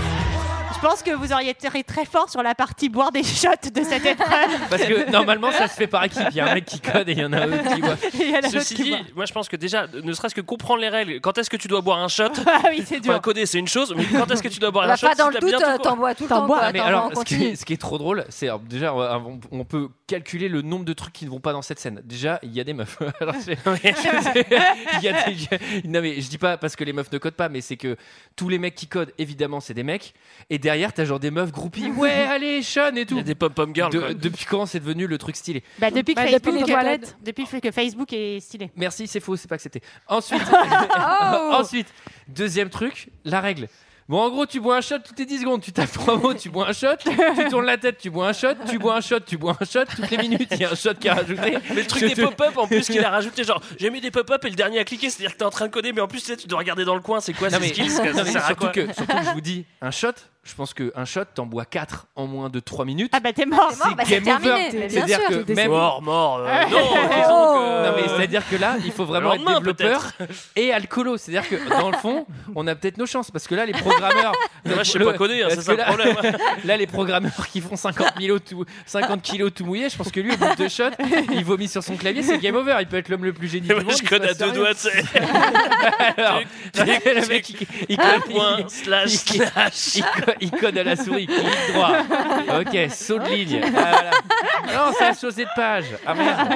Je pense que vous auriez été très fort sur la partie boire des shots de cette épreuve. Parce que normalement ça se fait par équipe. Il y a un mec qui code et il y en a un autre qui boit. Il y en a Ceci d'autres qui dit, boivent. moi je pense que déjà, ne serait-ce que comprendre les règles, quand est-ce que tu dois boire un shot? Ah oui, c'est dur. Enfin, coder c'est une chose, mais quand est-ce que tu dois boire Bah, un shot? pas dans si le t'as bien doute, tout euh, co- t'en bois tout le T'en temps. bois. quoi. Ah, mais Attends, alors, on ce qui, continue. est, ce qui est trop drôle, c'est alors, déjà on, on peut calculer le nombre de trucs qui ne vont pas dans cette scène. Déjà, il y a des meufs. Alors, c'est- c'est- il y a des- non mais je dis pas parce que les meufs ne codent pas, mais c'est que tous les mecs qui codent, évidemment, c'est des mecs. Et derrière, t'as genre des meufs groupies. Ouais, allez, Sean et Il tout. y a des pom-pom girls. De- quoi. depuis quand c'est devenu le truc stylé? Bah, depuis que Bah, Facebook, depuis les toilettes. depuis que Facebook est stylé. Merci, c'est faux, c'est pas accepté. Ensuite, Oh. ensuite, deuxième truc, la règle. Bon, en gros, tu bois un shot toutes les dix secondes. Tu tapes trois mots, tu bois un shot. Tu tournes la tête, tu bois un shot. Tu bois un shot, tu bois un shot. Toutes les minutes, il y a un shot qui est rajouté. Mais le truc Je des te- pop-up en plus qu'il a rajouté, genre j'ai mis des pop-up et le dernier a cliqué, c'est-à-dire que t'es en train de coder, mais en plus tu sais, tu dois regarder dans le coin, c'est quoi Non, ces mais, skills? non, Ça mais sert à surtout, quoi? que, surtout que je vous dis, un shot, je pense qu'un shot, t'en bois quatre en moins de trois minutes. Ah bah t'es mort. C'est mort, bah, c'est game over. terminé. Mais bien C'est-à-dire sûr. que même. Mort, mort, euh, non, Oh. disons que- Non mais c'est-à-dire que là, il faut vraiment Le être lendemain, développeur et alcoolo. C'est-à-dire que dans le fond, on a peut-être nos chances parce que là, les programmeurs. Moi, je sais le- pas coder, hein, parce c'est ça que le là- problème. Là, les programmeurs qui font cinquante kilos tout, cinquante kilos tout mouillé, je pense que lui, au bout de deux shots, il vomit sur son clavier, c'est game over. Il peut être l'homme le plus génie du Moi, monde. je il code se à passe deux rien. doigts, tu sais. Alors, Tic, le tic, mec, il, il Un code, point, il- slash, il- slash. il co- il code à la souris, il clique droit. Ok, saut de ligne. Ah, voilà. Non, c'est la chaussée de page. Ah merde.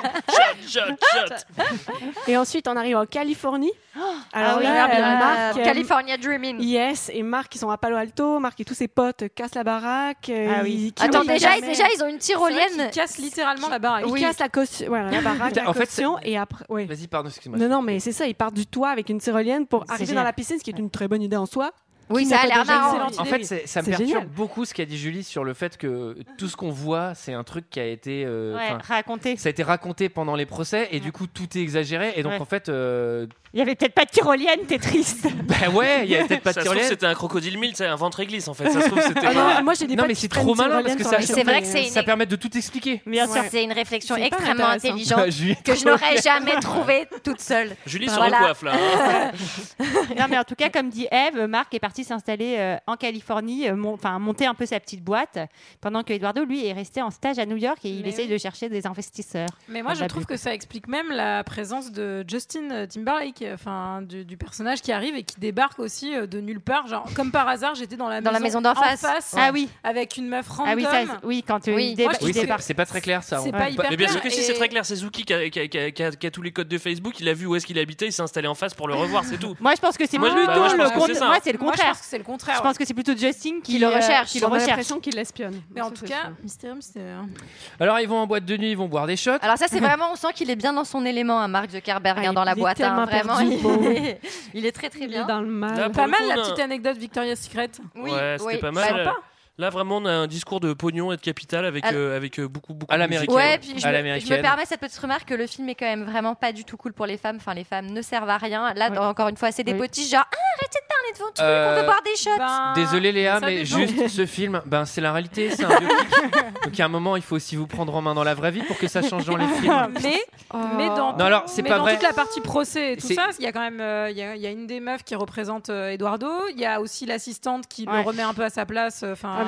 Shot, shot, shot. Et ensuite, on arrive en Californie. Ah oui, là, bien, euh, Marc, euh, California Dreaming. Yes, et Marc, ils sont à Palo Alto. Marc et tous ses potes cassent la baraque. euh, Ah oui. ils- Attends, ils- déjà, jamais- déjà, ils ont une C'est vrai tyrolienne. qu'ils cassent littéralement la baraque. Ils Oui. cassent la, caution, voilà, la baraque, la En fait, caution, et après. Ouais. Vas-y, pardon, excuse-moi. Non, non, mais c'est ça, ils partent du toit avec une tyrolienne pour C'est arriver génial. dans la piscine, ce qui est une très bonne idée en soi. Oui, Qui ça n'a a pas l'air déjà marrant. excellente En idée. fait, c'est- ça me C'est perturbe génial. beaucoup ce qu'a dit Julie sur le fait que tout ce qu'on voit, c'est un truc qui a été, euh, Ouais, enfin, raconté. ça a été raconté pendant les procès et du coup tout est exagéré et donc Ouais. en fait, euh, Il y avait peut-être pas de tyrolienne, t'es triste. bah ouais, il y avait peut-être pas de Ça se trouve, tyrolienne. c'était un crocodile mille, c'est un ventre glisse en fait. Ça se trouve, c'était Ah pas- non, moi j'ai des Non potes mais qui c'est prennent trop malin tyrolienne parce que quand ça, ils C'est vrai que c'est ça une- permet de tout expliquer. Bien sûr. C'est une réflexion C'est pas extrêmement intéressant. intelligente Bah, Julie, que je trop n'aurais bien. jamais trouvée toute seule. Julie se Voilà. recoiffe là. hein. Non, mais en tout cas, comme dit Eve, Marc est parti s'installer euh, en Californie, euh, mon- enfin monter un peu sa petite boîte, pendant que Eduardo, lui, est resté en stage à New York et il Mais essaye oui. de chercher des investisseurs. Mais moi, Dans je la trouve pub. que ça explique même la présence de Justin Timberlake, enfin du, du personnage qui arrive et qui débarque aussi euh, de nulle part. Genre, comme par hasard, j'étais dans la Dans la maison, maison d'en en face. Ah oui. avec une meuf random. Ah oui, ça, oui, quand euh, Oui. il, déba- Moi, je il Oui, c'est débarque. c'est pas très clair ça. C'est on- pas hyper Mais bien sûr clair que si, et- c'est très clair. C'est Zuki qui a, qui a- qui a- qui a- qui a tous les codes de Facebook. Il a vu où est-ce qu'il habitait, il s'est installé en face pour le revoir, c'est tout. Moi, je pense que c'est Moi, je- plutôt bah, moi, je le pense que contraire. c'est ça. Moi, c'est le Moi, je contraire. pense que c'est le contraire. Je ouais. pense que c'est plutôt Justin qui, Qui le euh, recherche. qui le On a recherche. l'impression qu'il l'espionne. Mais en Ça, tout c'est cas, sûr. Mysterium, c'était. euh, Alors ils vont en boîte de nuit, ils vont boire des shots. Alors ça, c'est vraiment, on sent qu'il est bien dans son élément, hein, Mark Zuckerberg, Ah, hein, dans la il est boîte. hein, tellement vraiment, perdu, il, bon. est... il est très très Il est bien. dans le mal. Là, pour Pas le mal coup, la on a- petite anecdote Victoria's Secret. Oui, ouais, c'était oui. pas Bah, mal. pas. Là, vraiment, on a un discours de pognon et de capital avec, Alors- euh, avec euh, beaucoup, beaucoup À de l'américaine. musique. Ouais, puis je À me, je l'américaine. me permets cette petite remarque que le film est quand même vraiment pas du tout cool pour les femmes. Enfin, les femmes ne servent à rien. Là, Oui. encore une fois, c'est des Oui. potiches genre ah, arrêtez de parler de vos trucs, Euh, on veut boire des shots. Ben, Désolé Léa, ça mais dépend. juste ce film, ben c'est la réalité, c'est un biopic. Donc à un moment, il faut aussi vous prendre en main dans la vraie vie pour que ça change dans les films. Mais, mais dans, Non, alors, c'est mais pas dans vrai. toute la partie procès et tout C'est- ça, il y a quand même euh, il y, a, il y a une des meufs qui représente euh, Eduardo. Il y a aussi l'assistante qui Ouais. le remet un peu à sa place. euh, Enfin, Ah,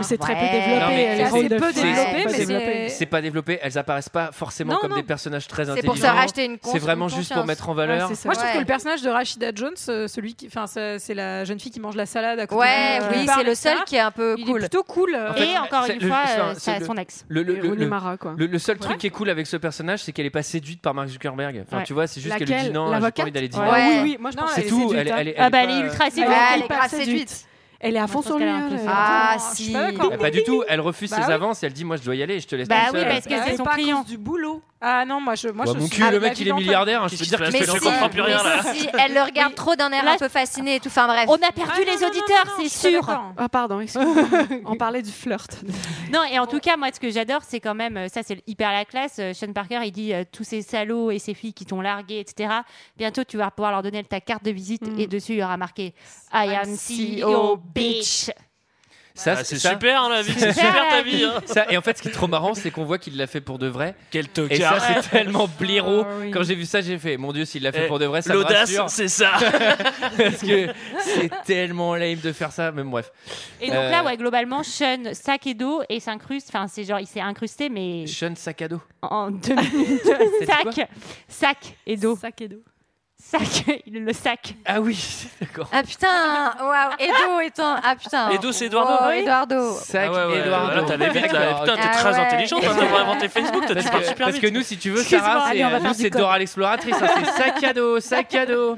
mais c'est très peu Ouais. développé. Non, mais les c'est- rôles de peu filles, développé, c'est mais pas c'est- développé. C'est pas développé, elles apparaissent pas forcément Non, comme non. des personnages très C'est intelligents. pour se racheter une cons- C'est vraiment une juste pour conscience. mettre en valeur. Ouais, c'est ça. Moi, je trouve Ouais. que le personnage de Rashida Jones, euh, celui qui, enfin, c'est c'est la jeune fille qui mange la salade à côté. Ouais, de- oui, qui parle, c'est le et cetera. seul qui est un peu Il est cool. plutôt cool. En fait, Et encore c'est une le- fois, enfin, euh, c'est ça- le- son ex. Le, le, Et le, Rooney le- Mara, quoi. le- le seul truc qui est cool avec ce personnage, c'est qu'elle est pas séduite par Mark Zuckerberg. Enfin, Ouais. tu vois, c'est juste qu'elle lui Laquelle dit non, j'ai pas L'avocate envie d'aller dîner. Ouais, Ouais. Oui, oui, moi je Non, pense C'est qu'elle tout. séduite, Elle, est- hein. elle, est- Ah elle bah est elle est pas- ultra séduite. Ouais, elle est hyper grave séduite. séduite. Elle est à fond Moi, je sur pense lui. qu'elle a un hein, peu elle- fait. Ah, je suis si. pas d'accord. Eh, pas du tout. Elle refuse Bah ses oui. avances et elle dit moi je dois y aller, je te laisse Bah toute oui, seule. parce que Bah, c'est c'est son pas à client. cause du boulot. Ah non, moi je, moi Bah, je mon suis cul, le la mec il est vivante. milliardaire, hein, je peux Qu'est-ce dire qui se que passe je Je fais comprends comprends plus rien là. Si elle le regarde trop d'un air Là, un peu fasciné et tout. Enfin bref. On a perdu Ah, les non, non, auditeurs, non, non, c'est je suis pas sûr. d'accord. Ah pardon, excuse-moi. On parlait du flirt. Non, et en tout cas, moi, ce que j'adore, c'est quand même, euh, ça, c'est hyper la classe. Euh, Sean Parker, il dit euh, tous ces salauds et ces filles qui t'ont largué, et cetera. Bientôt, tu vas pouvoir leur donner ta carte de visite Mm. et dessus, il y aura marqué I am C E O, bitch. Ça, Ah, c'est ça- super hein, la vie, c'est super ta vie. Hein. Ça, et en fait, ce qui est trop marrant, c'est qu'on voit qu'il l'a fait pour de vrai. Quel Et ça, tocard. c'est tellement blaireau. Ah oui. Quand j'ai vu ça, j'ai fait mon Dieu, s'il l'a fait Eh, pour de vrai, ça me L'audace, rassure. c'est ça. Parce que c'est tellement lame de faire ça. Même bref. Et donc Euh, là, ouais, globalement, Sean sac et dos et s'incruste. Enfin, c'est genre, il s'est incrusté, mais Sean sac à dos. en deux minutes. sac, sac et dos. Sac et dos. Sac, il le sac. Ah oui, d'accord. Ah putain, waouh, Edo étant. Ah putain. Edo, c'est Eduardo. Wow, Oui. Eduardo. Sac Ah ouais, ouais, Eduardo. là, t'allais vite, là. D'accord, Putain, ok. t'es Ah très ouais. intelligente, hein, d'avoir inventé Facebook, toi, Parce tu parles que, super parce vite. que nous, si tu veux, Excuse-moi, Sarah, allez, c'est, on va nous, faire du c'est code. Dora l'exploratrice. hein, c'est sac à dos, sac à dos.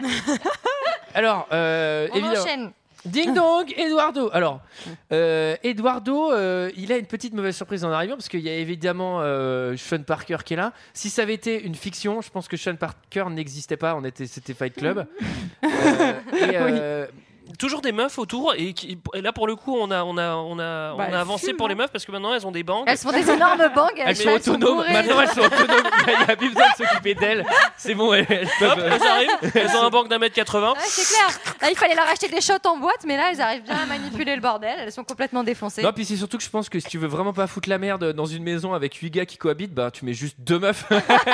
Alors, euh, On évidemment. enchaîne. Ding dong, Eduardo. Alors, euh, Eduardo, euh, il a une petite mauvaise surprise en arrivant parce qu'il y a évidemment euh, Sean Parker qui est là. Si ça avait été une fiction, je pense que Sean Parker n'existait pas. On était, c'était Fight Club. Euh, et, euh, Toujours des meufs autour et, qui- et là pour le coup on a on a on a Bah, on a avancé fume, pour hein. les meufs parce que maintenant elles ont des bangs. Elles se font des énormes bangs. elles sont autonomes. bourrées. Maintenant, elles sont autonomes. Il n'y a plus besoin de s'occuper d'elles. C'est bon, elles, elles Hop, peuvent. euh, elles arrivent, elles ont un banc d'un mètre quatre-vingts. Ouais, c'est clair. Là, il fallait leur acheter des shots en boîte, mais là, elles arrivent bien à manipuler le bordel. Elles sont complètement défoncées. Non, puis c'est surtout que je pense que si tu veux vraiment pas foutre la merde dans une maison avec huit gars qui cohabitent, bah tu mets juste deux meufs.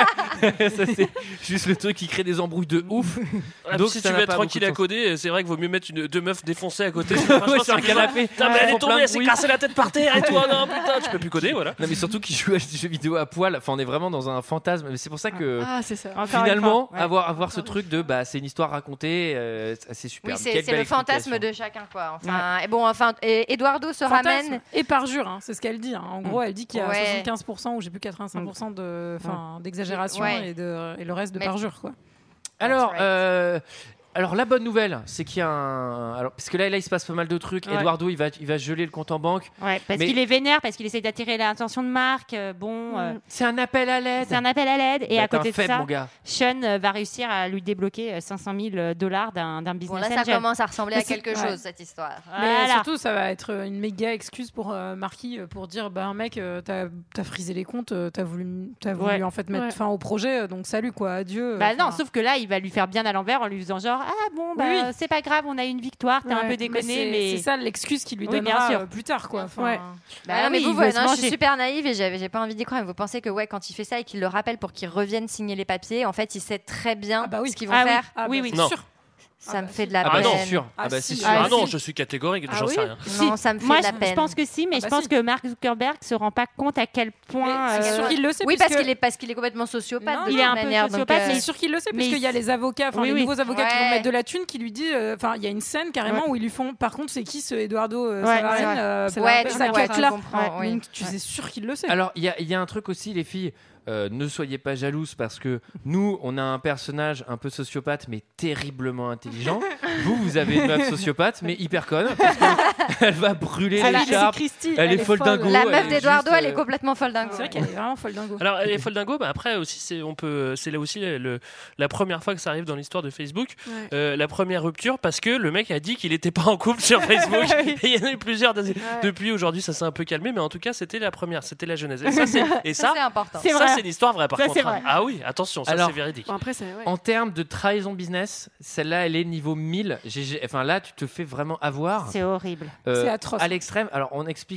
Ça, c'est juste le truc qui crée des embrouilles de ouf. Ah, Donc, si ça tu n'a veux être pas tranquille beaucoup à de coder, c'est vrai qu'il vaut mieux mettre une, deux meufs défoncées à côté. Ouais, Franchement, sur un c'est canapé. Putain, mais Ouais, elle ils est font tombée, plein de elle s'est bruit. cassée la tête par terre et toi, non, putain, tu peux plus coder, voilà. Non, mais surtout qu'ils jouent à des jeux vidéo à poil. Enfin, on est vraiment dans un fantasme. Mais c'est pour ça que Ah, c'est ça. Encore finalement, une fois, ouais. avoir, avoir ce truc de bah, c'est une histoire racontée, euh, c'est super. Oui, c'est c'est le fantasme de chacun, quoi. Enfin, et bon, enfin, et Eduardo se Fantasme ramène. et parjure, hein, c'est ce qu'elle dit. hein. En gros, elle dit qu'il y a Ouais. soixante-quinze pour cent ou j'ai plus quatre-vingt-cinq pour cent de, enfin, d'exagération Ouais. et, de, et le reste de Mais- parjure, quoi. Alors, That's right. euh, alors la bonne nouvelle, c'est qu'il y a un. Alors, parce que là, là, il se passe pas mal de trucs. Ouais. Eduardo, il va, il va geler le compte en banque. Ouais, parce Mais- qu'il est vénère, parce qu'il essaie d'attirer l'attention de Marc. euh, bon, euh, C'est un appel à l'aide. c'est un appel à l'aide. Et Bah, à t'es un côté de faible, ça, mon gars. Sean euh, va réussir à lui débloquer euh, cinq cent mille dollars d'un d'un Bon, business là, ça angel. commence à ressembler Mais à c'est- quelque ouais. chose, cette histoire. Mais Voilà. surtout, ça va être une méga excuse pour euh, Marquis euh, pour dire bah mec, euh, t'as as frisé les comptes, euh, t'as voulu, t'as voulu Ouais. en fait mettre Ouais. fin au projet, euh, donc salut quoi, adieu. euh, Bah non, enfin. sauf que là, il va lui faire bien à l'envers en lui faisant genre ah bon bah Oui, oui. c'est pas grave, on a une victoire, t'as un Ouais, peu déconné, c'est- mais, c'est ça l'excuse qu'il lui Oui, bien donnera sûr. euh, plus tard quoi. Enfin, Ouais. Bah Ah non, mais oui, vous, il voilà, veut se non, je suis manger. super naïve et j'avais- j'ai pas envie d'y croire. Mais vous pensez que ouais, quand il fait ça et qu'il le rappelle pour qu'il revienne signer les papiers, en fait, il sait très bien Ah bah oui. ce qu'ils vont Ah oui. faire. Ah, oui bah, oui. c'est Non. sûr. Ça Ah me bah fait si. de la Ah peine. bah non, C'est sûr. Ah Ah bah si. c'est Ah, sûr. Ah, non, si. je suis catégorique, Ah j'en oui sais rien. Non, ça me fait Moi, de la je, peine. je pense que si, mais Ah je bah pense si. que Mark Zuckerberg se rend pas compte à quel point. Mais c'est euh, sûr qu'il le sait. Oui, parce parce que- qu'il est parce qu'il est complètement sociopathe. Non, de il toute est un peu manière, donc, sociopathe, euh, C'est sûr qu'il le sait, mais parce qu'il y a il- les avocats, enfin Oui, les oui. nouveaux avocats qui vont Ouais. mettre de la thune, qui lui dit, euh, enfin il y a une scène carrément Ouais. où ils lui font, par contre c'est qui ce Eduardo euh, Ouais, Savaren, c'est vrai. euh, C'est Ouais, la- tu, sa ouais, cut tu là. comprends. oui. Donc tu sais sûr qu'il le sait. Alors, il y a, il y a un truc aussi, les filles. euh, ne soyez pas jalouses parce que nous, on a un personnage un peu sociopathe mais terriblement intelligent. Vous, vous avez une meuf sociopathe mais hyper conne parce qu'elle va brûler Elle a- l'écharpe. c'est Christy, Elle est folle dingo. La elle meuf est d'Eduardo, juste, elle est euh, complètement folle dingo. C'est vrai qu'elle est vraiment folle dingo. Alors, elle est folle dingo, mais après aussi, c'est, on peut, c'est là aussi le, la première fois que ça arrive dans l'histoire de Facebook. Ouais. Euh, la première rupture, parce que le mec a dit qu'il n'était pas en couple sur Facebook. Et il y en a eu plusieurs. de- Depuis aujourd'hui, ça s'est un peu calmé, mais en tout cas, c'était la première, c'était la genèse. Et ça, c'est, et Ça, ça, c'est important. C'est ça, vrai. c'est l'histoire vraie, par Ça, contre. c'est hein. vrai. Ah oui, attention, ça, Alors, c'est véridique. Bon, après, c'est. Ouais. En termes de trahison business, celle-là, elle est niveau mille. J'ai- j'ai- Enfin, là, tu te fais vraiment avoir. C'est horrible. Euh, C'est atroce. À l'extrême. Alors, on explique.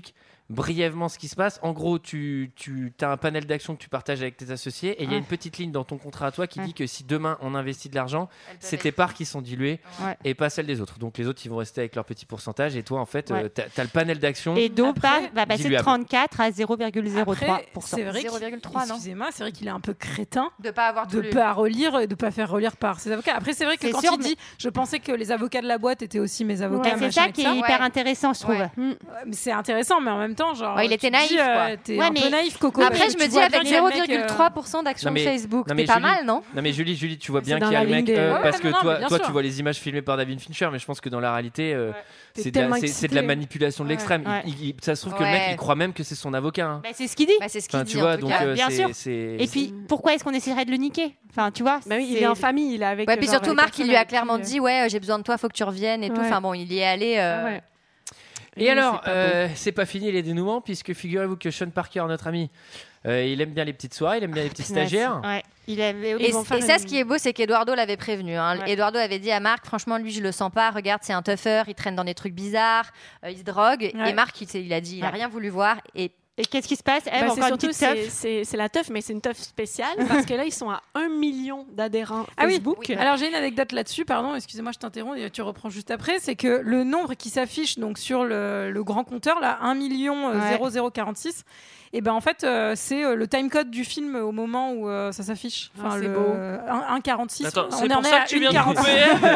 brièvement ce qui se passe. En gros, tu, tu as un panel d'actions que tu partages avec tes associés et il ouais. y a une petite ligne dans ton contrat à toi qui ouais. dit que si demain on investit de l'argent, c'est tes parts qui sont diluées ouais. et pas celles des autres. Donc les autres, ils vont rester avec leur petit pourcentage et toi, en fait, ouais. euh, tu as le panel d'actions. Et Do va passer de trente-quatre à zéro virgule zéro trois pour cent. C'est vrai zéro virgule trois, non excusez-moi, c'est vrai qu'il est un peu crétin de pas avoir de pas relire et de pas faire relire par ses avocats. Après, c'est vrai que c'est quand sûr, il mais... dit, je pensais que les avocats de la boîte étaient aussi mes avocats. Ouais, c'est ça qui est hyper ouais. intéressant, je trouve. Ouais. Mmh. Mais c'est intéressant, mais en même temps, genre. Ouais, il était naïf. Dis, euh, t'es ouais, un mais... peu naïf, Coco. Après, je me dis avec zéro virgule trois pour cent d'actions de Facebook, c'est pas mal, non? Non, mais Julie, Julie, tu vois bien qu'il y a le mec parce que toi, toi, tu vois les images filmées par David Fincher, mais je pense que dans la réalité, c'est de la manipulation de l'extrême. Ça se trouve que le mec, il croit même que c'est son avocat. C'est ce qu'il dit. C'est ce qu'il dit. Bien sûr. Et puis, pourquoi est-ce qu'on essaierait de le niquer? Enfin, tu vois. Bah oui, il est en famille, il est avec. Ouais, puis surtout Marc, il lui a clairement dit, ouais, j'ai besoin de toi, faut que tu reviennes et tout. Enfin bon, il y est allé. Et alors, c'est pas, euh, c'est pas fini les dénouements, puisque figurez-vous que Sean Parker, notre ami, euh, il aime bien les petites soirées, il aime bien les petits stagiaires. Ouais. Il avait, et, et ça, une... ce qui est beau, c'est qu'Eduardo l'avait prévenu. Hein. Ouais. Eduardo avait dit à Marc, franchement, lui, je le sens pas. Regarde, c'est un tougher, il traîne dans des trucs bizarres, euh, il se drogue. Ouais. Et Marc, il, il a dit, il a ouais. rien voulu voir. Et Et qu'est-ce qui se passe? Bah, c'est surtout c'est, c'est, c'est la teuf, mais c'est une teuf spéciale parce que là ils sont à un million d'adhérents ah Facebook. Oui, oui. Alors j'ai une anecdote là-dessus, pardon, excusez-moi, je t'interromps et tu reprends juste après. C'est que le nombre qui s'affiche donc sur le, le grand compteur là, un million zéro zéro quarante-six. Et ben en fait euh, c'est euh, le timecode du film au moment où euh, ça s'affiche. Enfin ah, c'est le beau. un quarante-six. Attends, on c'est en pour ça à que tu viens de couper.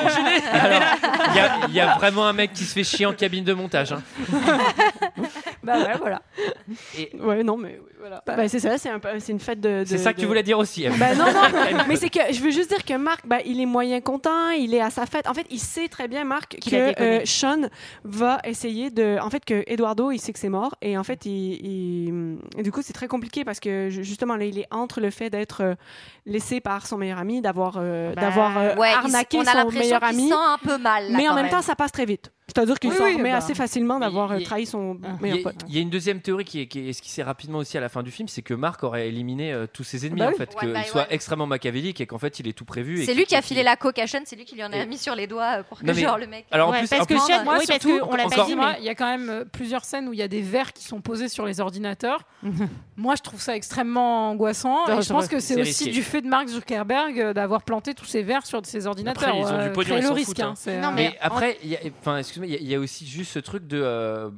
Il y, y a vraiment un mec qui se fait chier en cabine de montage. Hein. Bah ouais, voilà. Et... Ouais, non, mais voilà. Bah, bah, c'est ça, c'est, un, c'est une fête de. de c'est ça que de... tu voulais dire aussi. Bah non, non. Mais c'est que je veux juste dire que Marc, bah, il est moyen content, il est à sa fête. En fait, il sait très bien, Marc, Qu'il que euh, Sean va essayer de. En fait, que Eduardo, il sait que c'est mort. Et en fait, il. il... Et du coup, c'est très compliqué parce que justement, là, il est entre le fait d'être euh, laissé par son meilleur ami, d'avoir, euh, bah, d'avoir euh, ouais, arnaqué on a son meilleur qu'il ami. Sent un peu mal. Là, mais en même même temps, ça passe très vite. C'est-à-dire qu'il oui, s'en oui, remet bah. assez facilement d'avoir il, trahi son il, meilleur il, pote. Il y a une deuxième théorie qui, est, qui est esquissée rapidement aussi à la fin du film, c'est que Marc aurait éliminé euh, tous ses ennemis, bah en oui. fait, ouais, qu'il bah, soit ouais. extrêmement machiavélique et qu'en fait il est tout prévu. C'est et lui qui a qui... filé la coke à Sean, c'est lui qui lui en a mis sur les doigts pour que non, mais, genre le mec. Alors en ouais, plus, parce en que plus, Sean, moi, oui, parce surtout, qu'on l'a encore, pas dit, mais il y a quand même plusieurs scènes où il y a des verres qui sont posés sur les ordinateurs. Moi, je trouve ça extrêmement angoissant. Non, et je pense que c'est, c'est aussi risqué. du fait de Mark Zuckerberg d'avoir planté tous ces verres sur ses ordinateurs. Après, ils ont du pognon, euh, ils le s'en risque. foutent, Hein, hein. c'est, Non, euh, mais après, il y a, enfin, excuse-moi, il y, y a aussi juste ce truc de euh,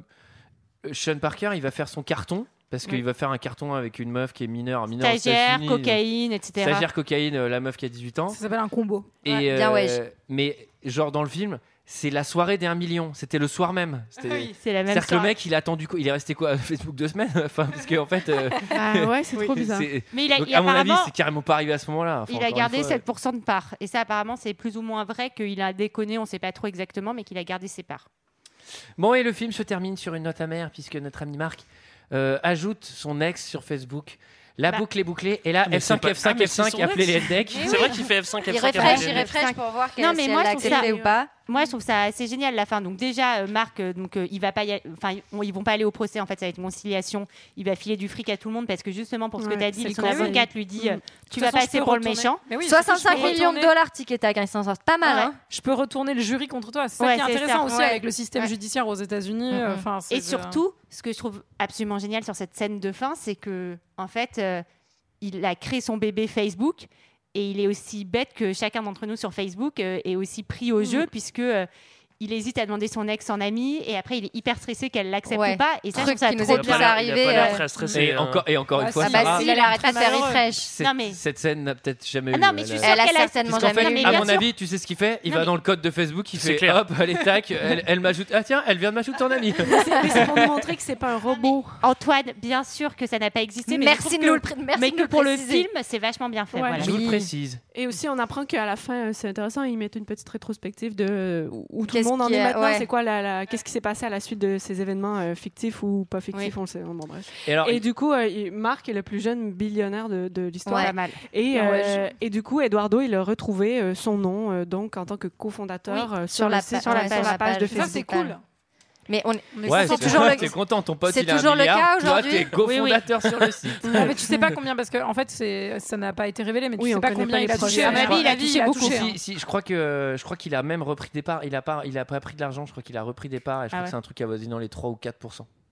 Sean Parker, il va faire son carton. Parce qu'il oui. va faire un carton avec une meuf qui est mineure, mineure stagiaire, cocaïne, et cetera. Stagiaire, cocaïne, euh, la meuf qui a dix-huit ans. Ça s'appelle un combo. Et ouais, euh, bien ouais. Mais genre dans le film, c'est la soirée des un million. C'était le soir même. C'était... Oui, c'est la même C'est-à-dire soirée. que le mec, il a attendu quoi? Il est resté quoi à Facebook deux semaines. Enfin, parce qu'en fait. Euh... Ah ouais, c'est oui. trop bizarre. C'est... Mais il a, Donc, il à mon avis, apparemment... c'est carrément pas arrivé à ce moment-là. Enfin, il a gardé fois, sept pour cent de parts. Et ça, apparemment, c'est plus ou moins vrai qu'il a déconné, on ne sait pas trop exactement, mais qu'il a gardé ses parts. Bon, et le film se termine sur une note amère, puisque notre ami Marc euh, ajoute son ex sur Facebook. La bah. boucle est bouclée. Et là, mais F cinq, pas... F cinq, ah, F cinq, appelez les headdeck. C'est vrai qu'il fait F cinq, F cinq. Il refresh, il refresh pour voir non, mais si moi, elle l'a je trouve accepté ça... ou pas. Moi, je trouve ça assez génial la fin. Donc déjà, euh, Marc, euh, donc euh, il va pas, y a... enfin, ils vont pas aller au procès. En fait, ça va être une conciliation. Il va filer du fric à tout le monde parce que justement pour ce ouais, que tu as dit, son avocate lui dit, euh, mmh. tu vas passer pour le méchant. Oui, soixante-cinq millions de dollars ticket tag, ils s'en sortent pas mal. Ouais. Hein. Je peux retourner le jury contre toi. C'est ça ouais, qui est intéressant ça. aussi ouais. avec le système ouais. judiciaire aux États-Unis. Mmh. Enfin, et de... surtout, ce que je trouve absolument génial sur cette scène de fin, c'est que en fait, euh, il a créé son bébé Facebook. Et il est aussi bête que chacun d'entre nous sur Facebook euh, est aussi pris au mmh. jeu, puisque euh, il hésite à demander son ex en ami, et après il est hyper stressé qu'elle l'accepte ouais. ou pas. Et ça, truc je trouve ça qui nous trop est déjà arrivé. Il a pas l'air euh... très stressé. Et, hein. encore, et encore ah, une fois, ah bah Sarah, si, il arrête pas de faire refresh. Cette, non, mais... cette scène n'a peut-être jamais ah, eu. Non, mais je suis sûre elle a qu'elle a certainement jamais eu. fait, à mon avis, tu sais ce qu'il fait? Il non, va mais... dans le code de Facebook, il c'est fait clair. hop, allez tac, elle, elle m'ajoute. Ah tiens, elle vient de m'ajouter en ami. Mais c'est pour nous montrer que c'est pas un robot. Antoine, bien sûr que ça n'a pas existé, mais merci de nous le préciser. Mais que pour le film, c'est vachement bien fait. Je vous le précise. Et aussi, on apprend qu'à la fin, c'est intéressant, ils mettent une petite rétrospective de où tout le monde en est maintenant. C'est quoi la, qu'est-ce qui s'est passé à la suite de ces événements euh, fictifs ou pas fictifs, oui. on le sait. Bon, bref. Et, alors, et il... du coup, euh, Marc est le plus jeune billionnaire de, de l'histoire. Ouais, mal. Et, euh, ouais, je... et du coup, Eduardo, il a retrouvé euh, son nom euh, donc en tant que cofondateur oui, euh, sur, sur, la, le, pa- sur, la, ouais, sur la page de Facebook. Ça, c'est cool. Mais on est, ouais, c'est, c'est toujours le... T'es content, ton pote c'est il a toujours un milliard, le cas aujourd'hui. Toi, t'es cofondateur oui, oui. sur le site. Non, mais tu sais pas combien, parce que en fait, c'est, ça n'a pas été révélé, mais tu oui, sais pas combien il a touché. À ma vie, il a touché beaucoup. Si, si, je crois que je crois qu'il a même repris des parts. Il a pas, il a pas pris de l'argent. Je crois qu'il a repris des parts. Et je crois ah ouais. que c'est un truc avoisinant les trois ou quatre pour cent.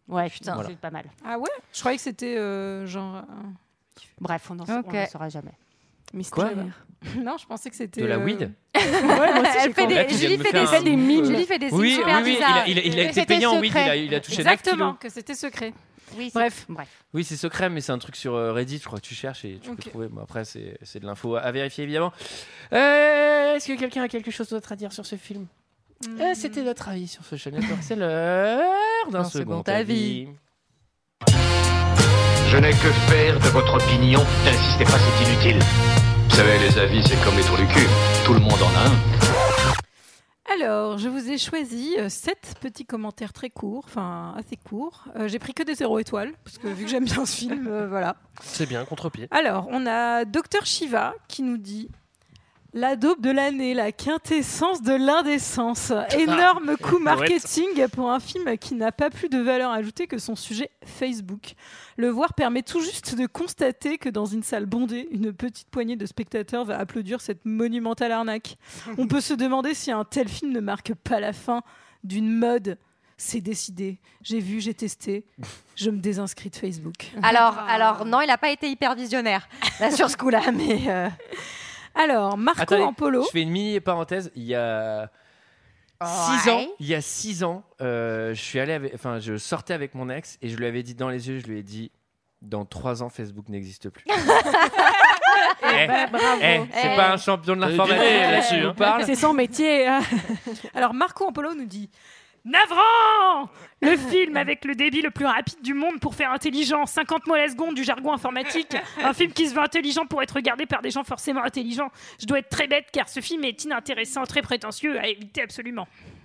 Ouais, Putain. voilà. C'est pas mal. Ah ouais. Je croyais que c'était euh, genre. euh, Bref, on n'en Ok. okay. saura jamais. Quoi Non, je pensais que c'était. De la euh, weed Ouais, moi aussi, Elle j'ai fait compris. des, Là, tu viens Julie de me fait faire des, un- mines. Julie fait des signes Oui, super oui, oui, il bizarres. a, il a- il a été C'était payé en weed, secret. il a, il a touché neuf Exactement, kilos. que c'était secret. Oui, Bref. Bref. Oui, c'est secret, mais c'est un truc sur euh, Reddit, je crois que tu cherches et tu Ok. peux trouver. Bon, après, c'est c'est de l'info à, à vérifier, évidemment. Euh, Est-ce que quelqu'un a quelque chose d'autre à dire sur ce film Hmm. Euh, C'était notre avis sur Social Network. C'est l'heure d'un Un second, second avis. avis. Je n'ai que faire de votre opinion. N'insistez pas, c'est inutile. Vous savez, les avis, c'est comme les trous du cul. Tout le monde en a un. Alors, je vous ai choisi euh, sept petits commentaires très courts, enfin assez courts. Euh, J'ai pris que des zéro étoiles, parce que vu que j'aime bien ce film, euh, voilà. C'est bien, contre-pied. Alors, on a Docteur Shiva qui nous dit la daube de l'année, la quintessence de l'indécence. Énorme coup marketing pour un film qui n'a pas plus de valeur ajoutée que son sujet Facebook. Le voir permet tout juste de constater que dans une salle bondée, une petite poignée de spectateurs va applaudir cette monumentale arnaque. On peut se demander si un tel film ne marque pas la fin d'une mode. C'est décidé. J'ai vu, j'ai testé. Je me désinscris de Facebook. Alors, alors non, il n'a pas été hyper visionnaire là, sur ce coup-là, mais. euh, Alors, Marco Attendez, Ampolo. je fais une mini parenthèse. Il y a six ans, il y a six ans, euh, je suis allé, avec- enfin, je sortais avec mon ex et je lui avais dit dans les yeux, je lui ai dit, dans trois ans, Facebook n'existe plus. Eh, ben, bravo. eh, c'est Eh. pas un champion de Euh, l'informatique eh, là-dessus. eh, On parle. C'est son métier. hein. Alors, Marco Ampolo nous dit Navrant Le film avec le débit le plus rapide du monde pour faire intelligent, cinquante mots à la seconde du jargon informatique. Un film qui se veut intelligent pour être regardé par des gens forcément intelligents. Je dois être très bête car ce film est inintéressant, très prétentieux, à éviter absolument.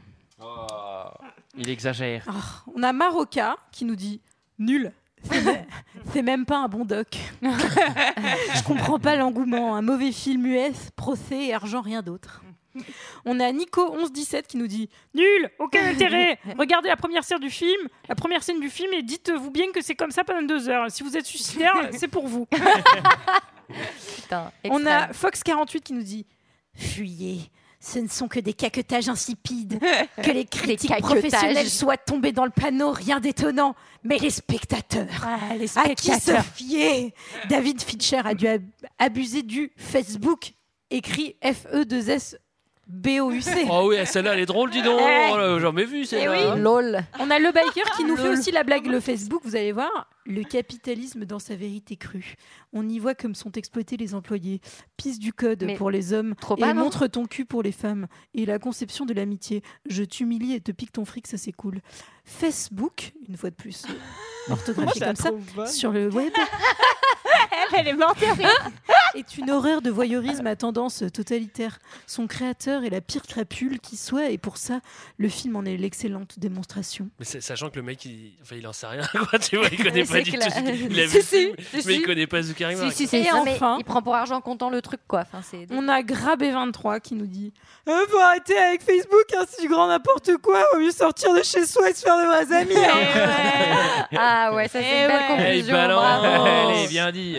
Il exagère. Oh, on a Maroca qui nous dit Nul. C'est me- C'est même pas un bon doc. Je comprends pas l'engouement. Un mauvais film U S, procès et argent, rien d'autre. On a Nico onze dix-sept qui nous dit Nul, aucun intérêt. Regardez la première scène du film, la première scène du film et dites-vous bien que c'est comme ça pendant deux heures. Si vous êtes suicidaire, c'est pour vous. Putain, On a extrême. Fox quarante-huit qui nous dit Fuyez. Ce ne sont que des caquetages insipides. Que les critiques caquetages. professionnels soient tombés dans le panneau, rien d'étonnant. Mais les spectateurs, Ah, les à qui se spectateurs. fier David Fincher a dû ab- abuser du Facebook, écrit F E deux S B O U C. Oh oui, celle-là, elle est drôle, dis donc. Eh. Oh là, J'en ai vu, Eh celle-là. oui. Lol. On a le biker qui nous fait Lol. aussi la blague, le Facebook, vous allez voir. Le capitalisme dans sa vérité crue. On y voit comme sont exploités les employés. Pisse du code Mais pour les hommes trop et pas, non montre ton cul pour les femmes. Et la conception de l'amitié. Je t'humilie et te pique ton fric, ça c'est cool. Facebook, une fois de plus, orthographié comme ça, sur le web, Elle est morte. est une horreur de voyeurisme à tendance totalitaire. Son créateur est la pire crapule qui soit, et pour ça, le film en est l'excellente démonstration. Mais c'est- sachant que le mec, il, enfin, il en sait rien, quoi. Tu vois, il connaît C'est pas du clair. tout. Il a vu Si, le si, film, si, mais si. il connaît pas Zuckerberg. Si, si, quoi. Et Non, mais enfin- il prend pour argent comptant le truc, quoi. Enfin, c'est... On a Grabé vingt-trois qui nous dit Ah, faut arrêter avec Facebook, hein, c'est du grand n'importe quoi. Vaut mieux sortir de chez soi et se faire de vrais amis. hein. Ah ouais, ça c'est Eh une belle ouais. Eh, conclusion. balance. bravo. Allez, bien dit.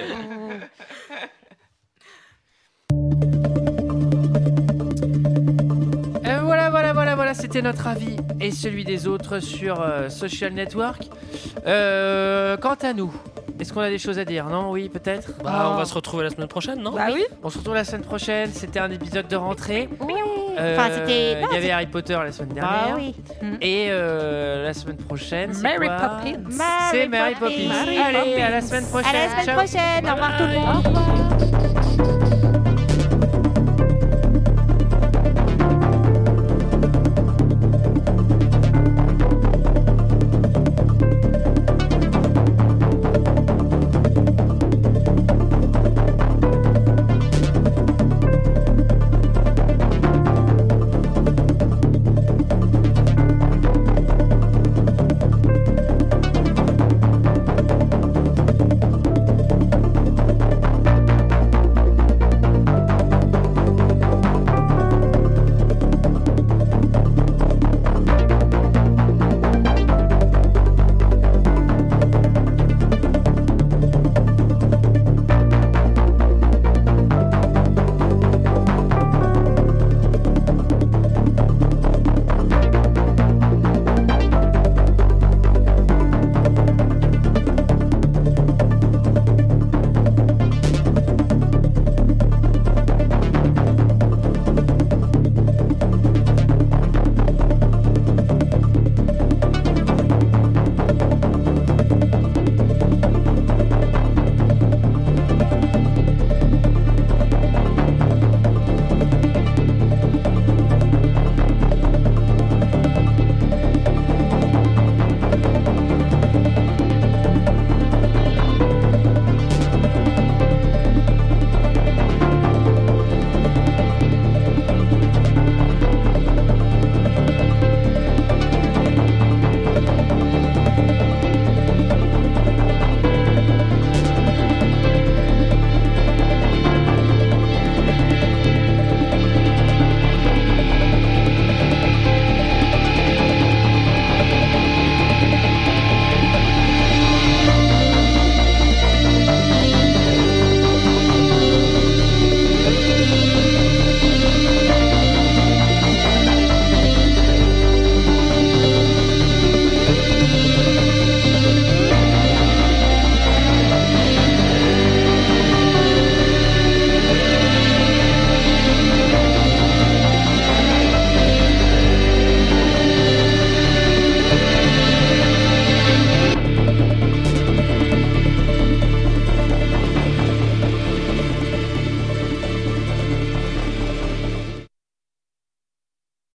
Euh, voilà, voilà, voilà, voilà, c'était notre avis et celui des autres sur euh, Social Network. Euh, quant à nous, est-ce qu'on a des choses à dire? Non, oui, peut-être. Bah, on va se retrouver la semaine prochaine, non? Bah oui. On se retrouve la semaine prochaine. C'était un épisode de rentrée. Oui. Euh, Enfin, c'était- Il y avait Harry Potter la semaine dernière. Ah oui. Et euh, la semaine prochaine, c'est Mary quoi Poppins. C'est Mary Poppins. Mary Allez, à la Poppins. semaine prochaine. À la semaine Ciao. prochaine. Au revoir tout le Bye. monde. Au revoir.